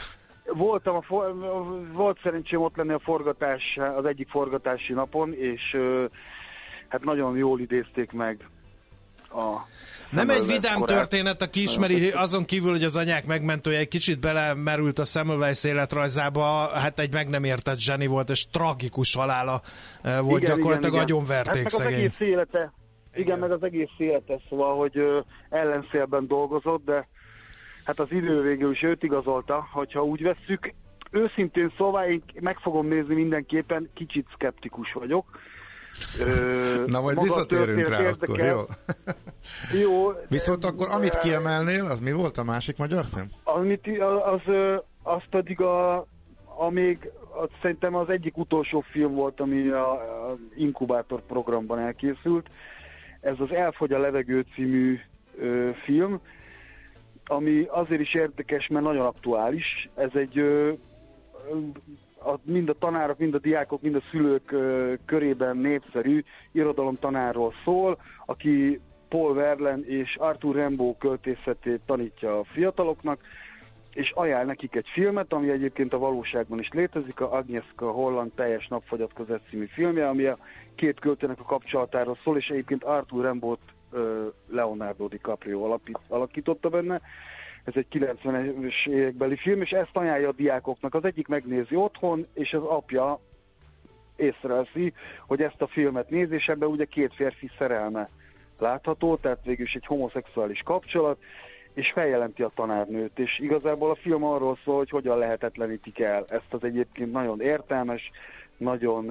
volt szerencsém ott lenni az egyik forgatási napon, és hát nagyon jól idézték meg nem egy vidám történet, aki ismeri, azon kívül, hogy az anyák megmentője egy kicsit belemerült a Semmelweis életrajzába, hát egy meg nem értett zseni volt, és tragikus halála volt, gyakorlatilag agyonverték hát szegény. Az egész élete, meg az egész élete, szóval, hogy ellenszélben dolgozott, de hát az idő végül is őt igazolta, hogyha úgy vesszük. Őszintén szóval én meg fogom nézni mindenképpen, kicsit szkeptikus vagyok. Na, majd visszatérünk rá akkor, jó? Jó. Viszont akkor amit kiemelnél, az mi volt a másik magyar film? Az pedig szerintem az egyik utolsó film volt, ami a Inkubátor programban elkészült. Ez az Elfogy a levegő című film, ami azért is érdekes, mert nagyon aktuális. Ez egy mind a tanárok, mind a diákok, mind a szülők körében népszerű irodalomtanárról szól, aki Paul Verlaine és Arthur Rimbaud költészetét tanítja a fiataloknak, és ajánl nekik egy filmet, ami egyébként a valóságban is létezik, a Agnieszka Holland Teljes napfogyatkozás című filmje, ami a két költőnek a kapcsolatáról szól, és egyébként Arthur Rimbaud Leonardo DiCaprio alakította benne. Ez egy 90-es évekbeli film, és ezt ajánlja a diákoknak. Az egyik megnézi otthon, és az apja észreveszi, hogy ezt a filmet nézi, és ebben ugye két férfi szerelme látható, tehát végül is egy homoszexuális kapcsolat, és feljelenti a tanárnőt, és igazából a film arról szól, hogy hogyan lehetetlenítik el ezt az egyébként nagyon értelmes, nagyon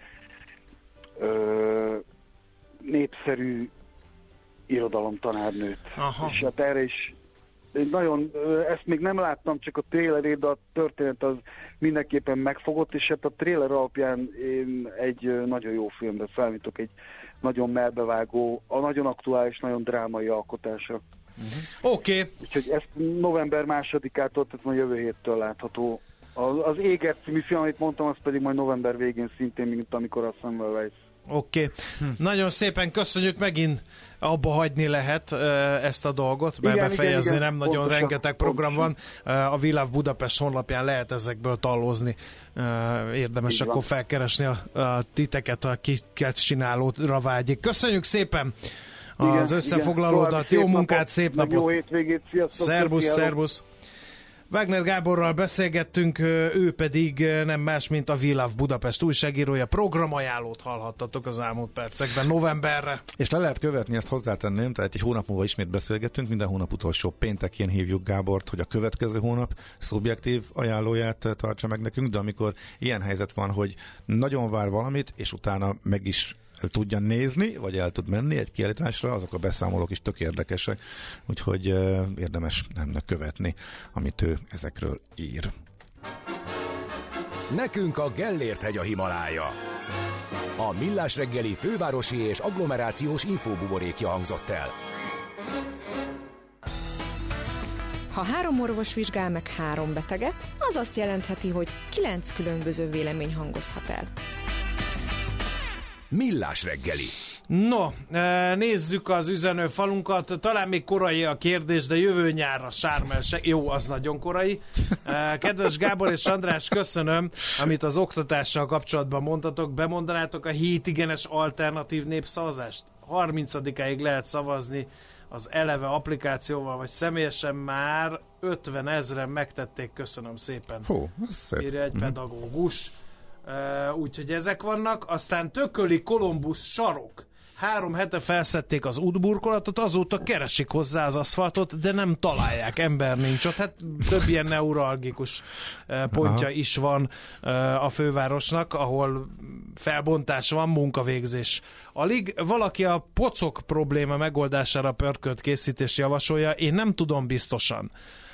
népszerű irodalomtanárnőt. Aha. És hát erre is nagyon, ezt még nem láttam, csak a trailerét, de a történet az mindenképpen megfogott, és hát a trailer alapján én egy nagyon jó filmre számítok, egy nagyon melbevágó, a nagyon aktuális, nagyon drámai alkotása. Oké. Úgyhogy ezt november 2-ától, tehát majd jövő héttől látható. Az Éger című film, amit mondtam, az pedig majd november végén szintén, mint amikor a Semmelweis. Oké. Nagyon szépen köszönjük, megint abba hagyni lehet ezt a dolgot, mert igen, befejezni igen, nem nagyon, pontosan, rengeteg program van. A We Love Budapest honlapján lehet ezekből tallózni. Érdemes így akkor van. felkeresni a titeket, akiket csinálóra vágyik. Köszönjük szépen az összefoglalódat, jó munkát, szép napot! Jó hétvégét, sziasztok! Szervusz! Wagner Gáborral beszélgettünk, ő pedig nem más, mint a We Love Budapest újságírója. Programajánlót hallhattatok az elmúlt percekben novemberre. És le lehet követni, ezt hozzátenném, tehát egy hónap múlva ismét beszélgetünk, minden hónap utolsó péntekén hívjuk Gábort, hogy a következő hónap szubjektív ajánlóját tartsa meg nekünk, de amikor ilyen helyzet van, hogy nagyon vár valamit, és utána meg is el tudja nézni, vagy el tud menni egy kiállításra, azok a beszámolók is tök érdekesek, úgyhogy érdemes nem követni, amit ő ezekről ír. Nekünk a Gellért-hegy a Himalája. A Millás reggeli fővárosi és agglomerációs infóbuborékja hangzott el. Ha 3 orvos vizsgál meg 3 beteget, az azt jelentheti, hogy 9 különböző vélemény hangozhat el. Millás reggeli. No, nézzük az üzenőfalunkat. Talán még korai a kérdés, de jövő nyárra Sármel jó, az nagyon korai. Kedves Gábor és András, köszönöm, amit az oktatással kapcsolatban mondtatok. Bemondanátok a hétigenes alternatív népszavazást? 30-áig lehet szavazni az Eleve applikációval, vagy személyesen már 50 000-en megtették, köszönöm szépen. Hó, az szép. Írja egy pedagógus. Úgyhogy ezek vannak. Aztán Tököli Kolumbusz sarok. 3 hete felszedték az útburkolatot, azóta keresik hozzá az aszfaltot, de nem találják, ember nincs ott. Hát több ilyen neuralgikus pontja is van a fővárosnak, ahol felbontás van, munkavégzés. Alig valaki a pocok probléma megoldására pörkölt készítést javasolja, én nem tudom biztosan,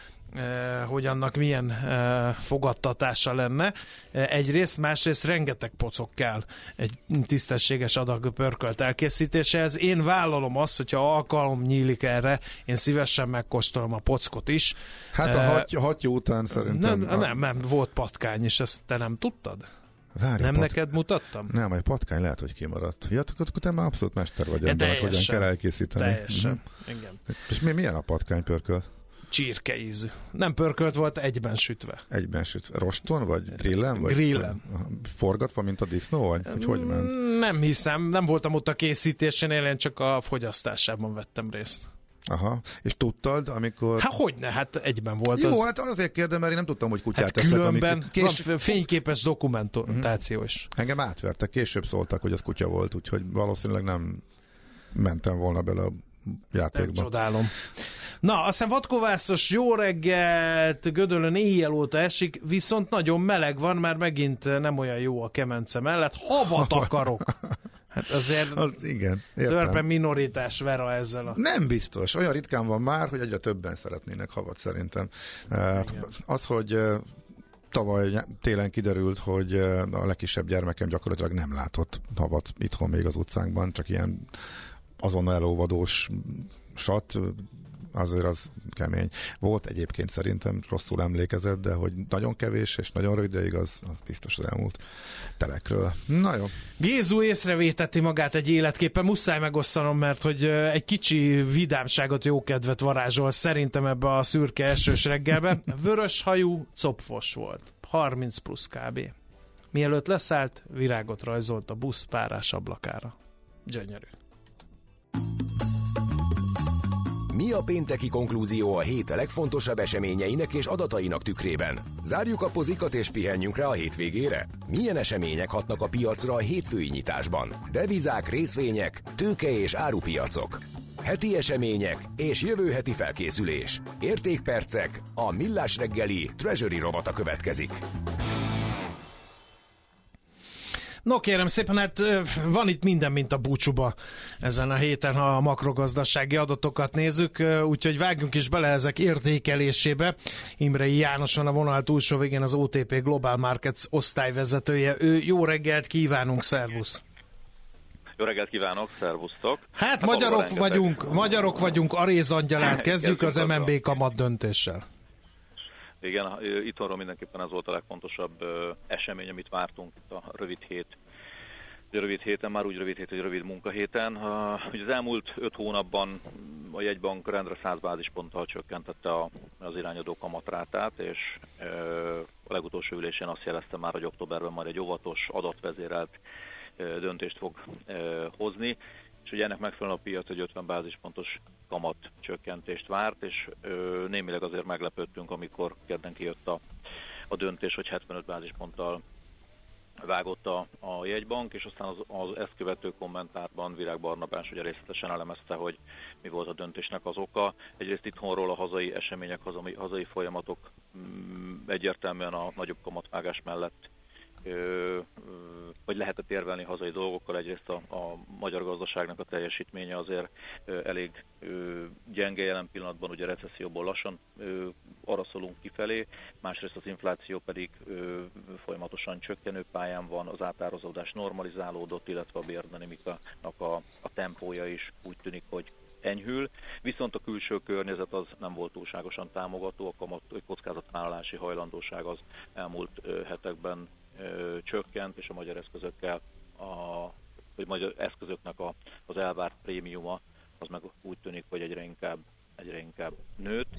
hogy annak milyen fogadtatása lenne. Egyrészt, másrészt rengeteg pocok kell egy tisztességes adag pörkölt elkészítéséhez. Én vállalom azt, hogyha alkalom nyílik erre, én szívesen megkóstolom a pockot is. Hát a hattyú után szerintem... Nem, volt patkány is, ezt te nem tudtad? Várja, nem neked mutattam? Nem, a patkány lehet, hogy kimaradt. Ja, akkor te már abszolút mester vagy ebben, hogy hogyan kell elkészíteni. Teljesen, igen. És milyen a patkány pörkölt? Csirkeízű. Nem pörkölt volt, egyben sütve. Egyben sütve. Roston, vagy grillen? Vagy grillen. Forgatva, mint a disznó, vagy hogy ment? Nem hiszem, nem voltam ott a készítésénél, én csak a fogyasztásában vettem részt. Aha, és tudtad, amikor... Hát hogyne, hát egyben volt. Jó, az... hát azért kérdem, mert én nem tudtam, hogy kutyát hát teszek. különben van fényképes dokumentáció is. Engem átvertek, később szóltak, hogy az kutya volt, úgyhogy valószínűleg nem mentem volna bele a játékba. Nem csodálom. Na, aztán vadkovászos jó reggelt, Gödöllön éjjel óta esik, viszont nagyon meleg van, már megint nem olyan jó a kemence mellett. Havat akarok! Hát azért igen, törpe minoritás Vera ezzel a... Nem biztos. Olyan ritkán van már, hogy egyre többen szeretnének havat szerintem. Az, hogy tavaly télen kiderült, hogy a legkisebb gyermekem gyakorlatilag nem látott havat itthon még az utcánkban, csak ilyen azonnal elolvadós sat, azért az kemény. Volt egyébként szerintem, rosszul emlékezett, de hogy nagyon kevés és nagyon rövid ideig, az biztos az elmúlt telekről. Na jó. Gézu észrevéteti magát egy életképpen, muszáj megosztanom, mert hogy egy kicsi vidámságot, jókedvet varázsol szerintem ebbe a szürke esős reggelbe. Vörös hajú, copfos volt. 30 plusz kb. Mielőtt leszállt, virágot rajzolt a busz párás ablakára. Gyönyörű. Mi a pénteki konklúzió a hét legfontosabb eseményeinek és adatainak tükrében? Zárjuk a pozikat és pihenjünk rá a hétvégére? Milyen események hatnak a piacra a hétfői nyitásban? Devizák, részvények, tőke és árupiacok. Heti események és jövő heti felkészülés. Értékpercek, a Millás reggeli Treasury rovata következik. No kérem szépen, hát van itt minden, mint a búcsúba ezen a héten, ha a makrogazdasági adatokat nézzük, úgyhogy vágjunk is bele ezek értékelésébe. Imrei János van a vonal túlsó végén, az OTP Global Markets osztályvezetője. Jó reggelt kívánunk, szervusz! Jó reggelt kívánok, szervusztok! Hát magyarok vagyunk, Aréz angyalát, kezdjük az MNB kamat döntéssel. Igen, itthonról mindenképpen ez volt a legfontosabb esemény, amit vártunk itt a rövid héten, már úgy rövid hét, hogy rövid munkahéten. Ugye az elmúlt 5 hónapban a jegybank rendre 100 bázisponttal csökkentette az irányadó kamatrátát, és a legutolsó ülésén azt jelezte már, hogy októberben már egy óvatos, adatvezérelt döntést fog hozni, és ugye ennek megfelelően a piac egy 50 bázispontos kamat csökkentést várt, és némileg azért meglepődtünk, amikor kedden kijött a döntés, hogy 75 bázisponttal vágott a jegybank, és aztán az ezt követő kommentárban Virág Barnabás ugye részletesen elemezte, hogy mi volt a döntésnek az oka. Egyrészt itthonról a hazai események, hazai folyamatok egyértelműen a nagyobb kamatvágás mellett vagy lehetett érvelni hazai dolgokkal. Egyrészt a magyar gazdaságnak a teljesítménye azért elég gyenge jelen pillanatban, ugye recesszióból lassan araszolunk kifelé, másrészt az infláció pedig folyamatosan csökkenő pályán van, az átározódás normalizálódott, illetve a bérdinamikának a tempója is úgy tűnik, hogy enyhül, viszont a külső környezet az nem volt túlságosan támogató, a kockázatvállalási hajlandóság az elmúlt hetekben csökkent, és a magyar eszközökkel, vagy magyar eszközöknek az elvárt prémiuma az meg úgy tűnik, hogy egyre inkább nőtt.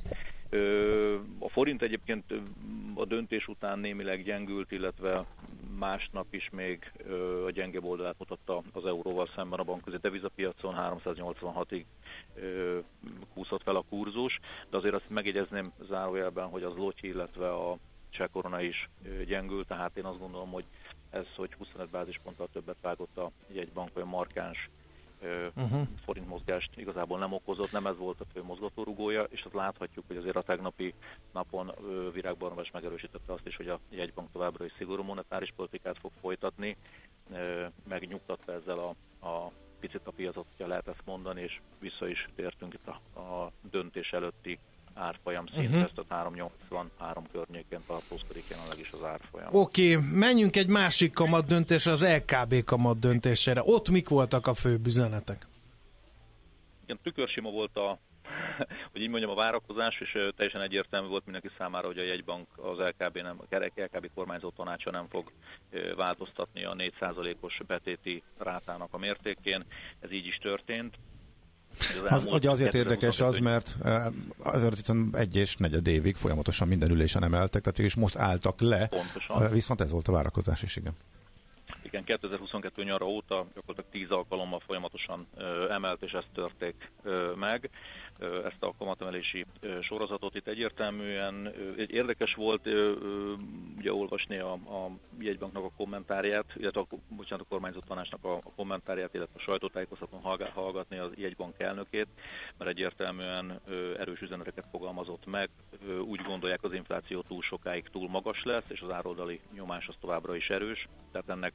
A forint egyébként a döntés után némileg gyengült, illetve másnap is még a gyengébb oldalát mutatta az euróval szemben a bankközi devizapiacon, 386-ig kúszott fel a kurzus, de azért azt megjegyezném zárójelben, hogy az zloty, illetve a cseh korona is gyengül, tehát én azt gondolom, hogy ez, hogy 25 bázisponttal többet vágott a jegybank, olyan markáns forint mozgást igazából nem okozott, nem ez volt a fő mozgatórugója, és azt láthatjuk, hogy azért a tegnapi napon Virág Barnabás megerősítette azt is, hogy a jegybank továbbra is szigorú monetáris politikát fog folytatni, megnyugtatva ezzel a picit a piacot, hogyha lehet ezt mondani, és vissza is tértünk itt a döntés előtti árfolyam szinthez, tehát 3,83 környéken tartózkodik jelenleg is az árfolyam. Oké, menjünk egy másik kamat döntésre, az LKB kamat döntésére. Ott mik voltak a főbb üzenetek? Igen, tükörsima volt hogy így mondjam, a várakozás, és teljesen egyértelmű volt mindenki számára, hogy a jegybank az LKB kormányzó tanácsa nem fog változtatni a 4%-os betéti rátának a mértékén. Ez így is történt. Ugye azért érdekes az, mert azért 1,4 évig folyamatosan minden ülésen emeltek, tehát is most álltak le, pontosan. Viszont ez volt a várakozás is, igen. Igen, 2022 nyara óta gyakorlatilag 10 alkalommal folyamatosan emelt, és ezt törték meg. Ezt a kamatemelési sorozatot itt egyértelműen érdekes volt ugye olvasni a jegybanknak a kommentárját, illetve a kormányzó tanácsnak a kommentárját, illetve a sajtótájékoztatón hallgatni a jegybank elnökét, mert egyértelműen erős üzeneteket fogalmazott meg. Úgy gondolják, az infláció túl sokáig túl magas lesz, és az ároldali nyomás az továbbra is erős. Tehát ennek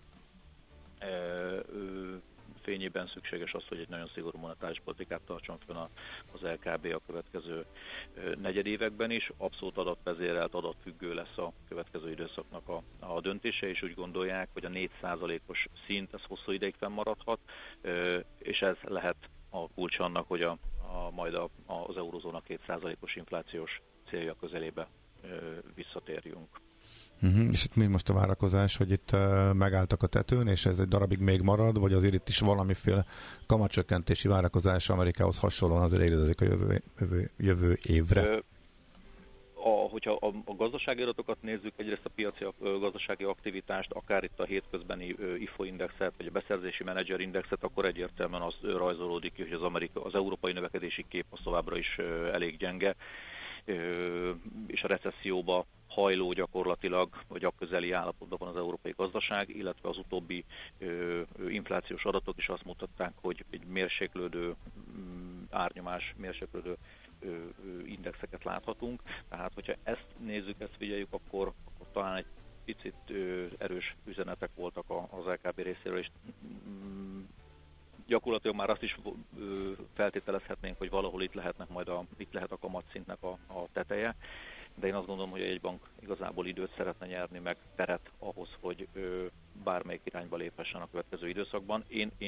fényében szükséges az, hogy egy nagyon szigorú monetáris politikát tartson fönn az LKB a következő negyedévekben is. Abszolút adatvezérelt, adatfüggő lesz a következő időszaknak a döntése, és úgy gondolják, hogy a 4%-os szint ez hosszú ideig fennmaradhat, és ez lehet a kulcs annak, hogy majd az eurozóna 2%-os inflációs célja közelébe visszatérjünk. És itt mi most a várakozás, hogy itt megálltak a tetőn, és ez egy darabig még marad, vagy azért itt is valamiféle kamatcsökkentési várakozás Amerikához hasonlóan azért érezik a jövő évre? Hogyha a gazdasági adatokat nézzük, egyrészt a piaci gazdasági aktivitást, akár itt a hétközbeni IFO indexet, vagy a beszerzési menedzser indexet, akkor egyértelműen az rajzolódik ki, hogy az európai növekedési kép az továbbra is elég gyenge, és a recesszióba hajló gyakorlatilag, vagy a közeli állapotban van az európai gazdaság, illetve az utóbbi inflációs adatok is azt mutatták, hogy egy mérséklődő árnyomás, mérséklődő indexeket láthatunk. Tehát, hogyha ezt nézzük, ezt figyeljük, akkor talán egy picit erős üzenetek voltak az LKB részéről, és gyakorlatilag már azt is feltételezhetnénk, hogy valahol itt lehet a kamatszintnek a teteje, de én azt gondolom, hogy a jegybank igazából időt szeretne nyerni, meg teret ahhoz, hogy bármelyik irányba léphessen a következő időszakban. Én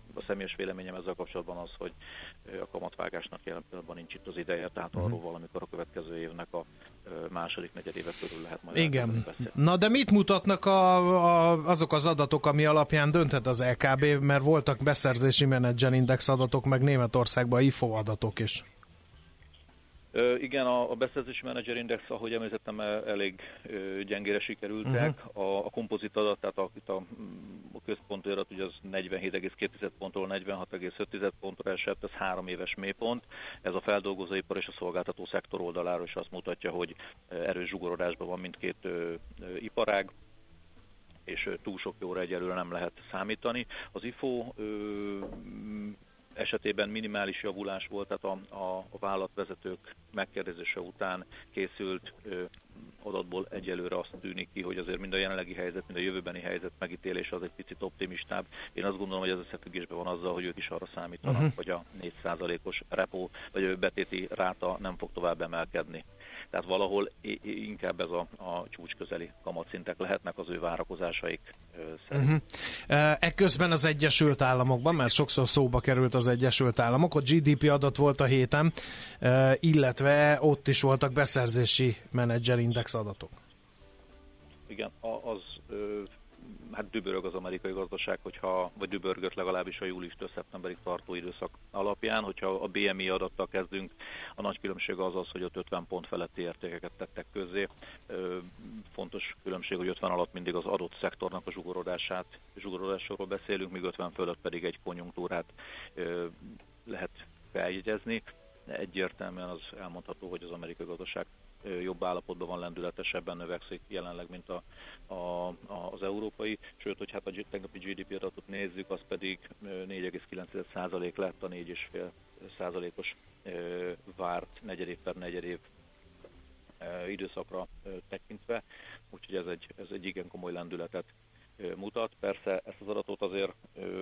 a személyes véleményem ezzel kapcsolatban az, hogy a kamatvágásnak jelen pillanatban nincs itt az ideje, tehát arról valamikor a következő évnek a második negyedéve körül lehet majd. Igen. Na de mit mutatnak azok az adatok, ami alapján dönthet az LKB, mert voltak beszerzési menedzserindex adatok, meg Németországban IFO adatok is. Igen, a beszerzési menedzserindex, ahogy említettem, elég gyengére sikerültek. A kompozit adat, tehát a központi adat, ugye az 47,2 pontról 46,5 pontra esett, ez 3 éves mélypont. Ez a feldolgozóipar és a szolgáltató szektor oldaláról is azt mutatja, hogy erős zsugorodásban van mindkét iparág, és túl sok jóra egyelőre nem lehet számítani. Az IFO esetében minimális javulás volt, tehát a vállalatvezetők megkérdezése után készült adatból egyelőre azt tűnik ki, hogy azért mind a jelenlegi helyzet, mind a jövőbeni helyzet megítélése az egy picit optimistább. Én azt gondolom, hogy ez összefüggésben van azzal, hogy ők is arra számítanak, hogy a 4%-os repo vagy betéti ráta nem fog tovább emelkedni. Tehát valahol inkább ez a csúcs közeli kamatszintek lehetnek az ő várakozásaik szerint. Ekközben az Egyesült Államokban, mert sokszor szóba került az Egyesült Államok, ott GDP adat volt a héten, illetve ott is voltak beszerzési menedzserindex adatok. Igen, hát dübörög az amerikai gazdaság, vagy dübörgött legalábbis a júliustól szeptemberig tartó időszak alapján. Hogyha a BMI adattal kezdünk, a nagy különbség az, hogy ott 50 pont feletti értékeket tettek közzé. Fontos különbség, hogy 50 alatt mindig az adott szektornak a zsugorodásról beszélünk, míg 50 fölött pedig egy konjunktúrát lehet feljegyezni. Egyértelműen az elmondható, hogy az amerikai gazdaság jobb állapotban van, lendületesebben növekszik jelenleg, mint az európai. Sőt, hogy hát a tegnapi GDP adatot nézzük, az pedig 4,9% lett a 4,5%-os várt negyedév per negyedév időszakra tekintve. Úgyhogy ez egy igen komoly lendületet mutat. Persze ezt az adatot azért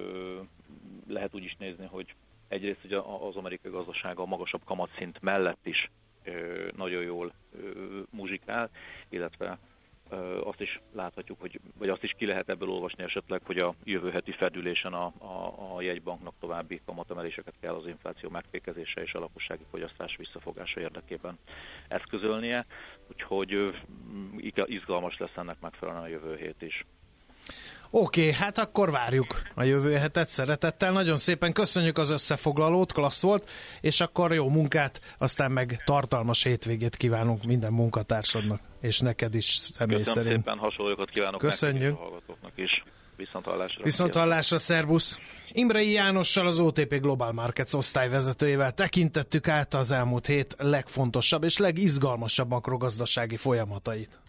lehet úgy is nézni, hogy egyrészt ugye az amerikai gazdasága a magasabb kamatszint mellett is nagyon jól muzsikál, illetve azt is láthatjuk, vagy azt is ki lehet ebből olvasni esetleg, hogy a jövő heti fedülésen a jegybanknak további kamatemeléseket kell az infláció megfékezése és a lakossági fogyasztás visszafogása érdekében eszközölnie, úgyhogy izgalmas lesz ennek megfelelően a jövő hét is. Oké, hát akkor várjuk a jövő hetet szeretettel. Nagyon szépen köszönjük az összefoglalót, klassz volt, és akkor jó munkát, aztán meg tartalmas hétvégét kívánunk minden munkatársadnak, és neked is személy Köszönöm szerint. Szépen, hasonlókat kívánok Köszönjük. a hallgatóknak is. Viszonthallásra. Viszonthallásra, szervusz! Imrei Jánossal, az OTP Global Markets osztályvezetőjével tekintettük át az elmúlt hét legfontosabb és legizgalmasabb makrogazdasági folyamatait.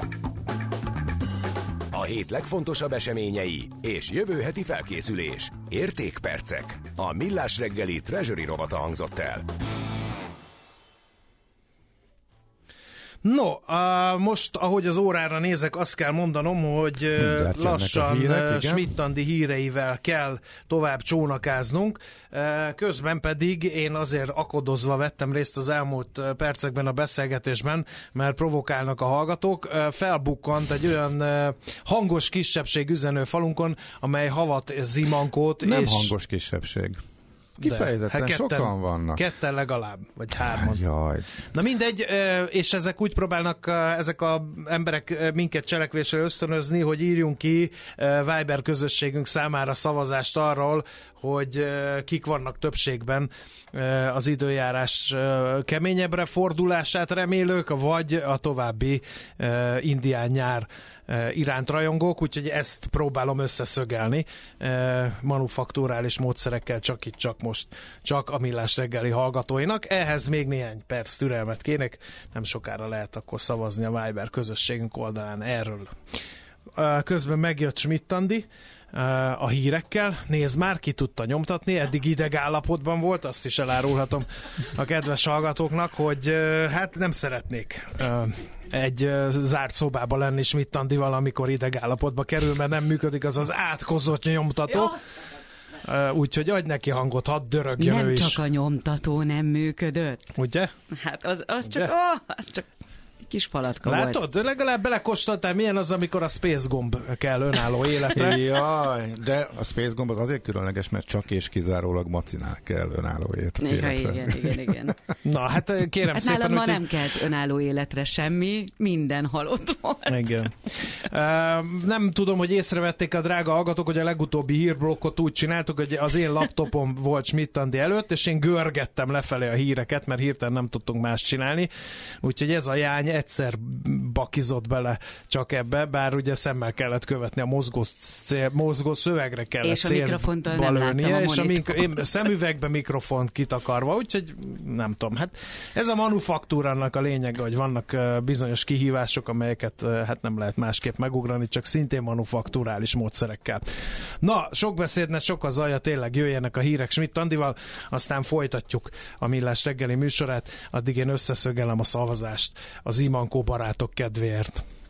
A hét legfontosabb eseményei és jövő heti felkészülés. Értékpercek. A Millás reggeli Treasury rovata hangzott el. No, most, ahogy az órára nézek, azt kell mondanom, hogy lassan Schmidt-Andi híreivel kell tovább csónakáznunk. Közben pedig én azért akodozva vettem részt az elmúlt percekben a beszélgetésben, mert provokálnak a hallgatók. Felbukkant egy olyan hangos kisebbség üzenő falunkon, amely havat Zimankót. Nem hangos kisebbség. Kifejezetten sokan vannak. Ketten legalább, vagy 3. Jaj. Na mindegy, és ezek úgy próbálnak ezek az emberek minket cselekvésre ösztönözni, hogy írjunk ki Viber közösségünk számára szavazást arról, hogy kik vannak többségben az időjárás keményebbre fordulását remélők, vagy a további indián nyár iránt rajongók, úgyhogy ezt próbálom összeszögelni manufakturális módszerekkel csak most a Millás reggeli hallgatóinak. Ehhez még néhány perc türelmet kérek, nem sokára lehet akkor szavazni a Viber közösségünk oldalán erről. Közben megjött Schmidt-Andi a hírekkel. Nézd már, ki tudta nyomtatni, eddig idegállapotban volt, azt is elárulhatom a kedves hallgatóknak, hogy hát nem szeretnék egy zárt szobában lenni Schmidt-Andival, amikor idegállapotba kerül, mert nem működik az átkozott nyomtató. Úgyhogy adj neki hangot, hadd dörögjön nem ő is. Nem csak a nyomtató nem működött. Ugye? Hát az csak... Kis falatka volt. Látod? Legalább belekóstoltál, milyen az, amikor a Space gomb kell önálló életre. Jaj, de a Space gomb az azért különleges, mert csak és kizárólag macinál kell önálló életre. Igen. Na, hát kérem hát szépen... nálam ma nem kelt önálló életre semmi, minden halott volt. Igen. Nem tudom, hogy észrevették a drága hallgatók, hogy a legutóbbi hírblokkot úgy csináltuk, hogy az én laptopom volt Schmidt-Andi előtt, és én görgettem lefelé a híreket, mert hirtelen nem tudtunk más csinálni. Úgyhogy ez a jány egyszer bakizott bele csak ebbe, bár ugye szemmel kellett követni, a mozgó szövegre kellett és a mikrofontól nem láttam a és a szemüvegbe mikrofont kitakarva, úgyhogy nem tudom. Hát ez a manufaktúrának a lényeg, hogy vannak bizonyos kihívások, amelyeket hát nem lehet másképp megugrani, csak szintén manufakturális módszerekkel. Na, sok beszédne, sok a zaja, tényleg jöjjenek a hírek Schmidt-Andival, aztán folytatjuk a Millás reggeli műsorát, addig én összeszögelem a szavazást az Imankó barátok kedvéért.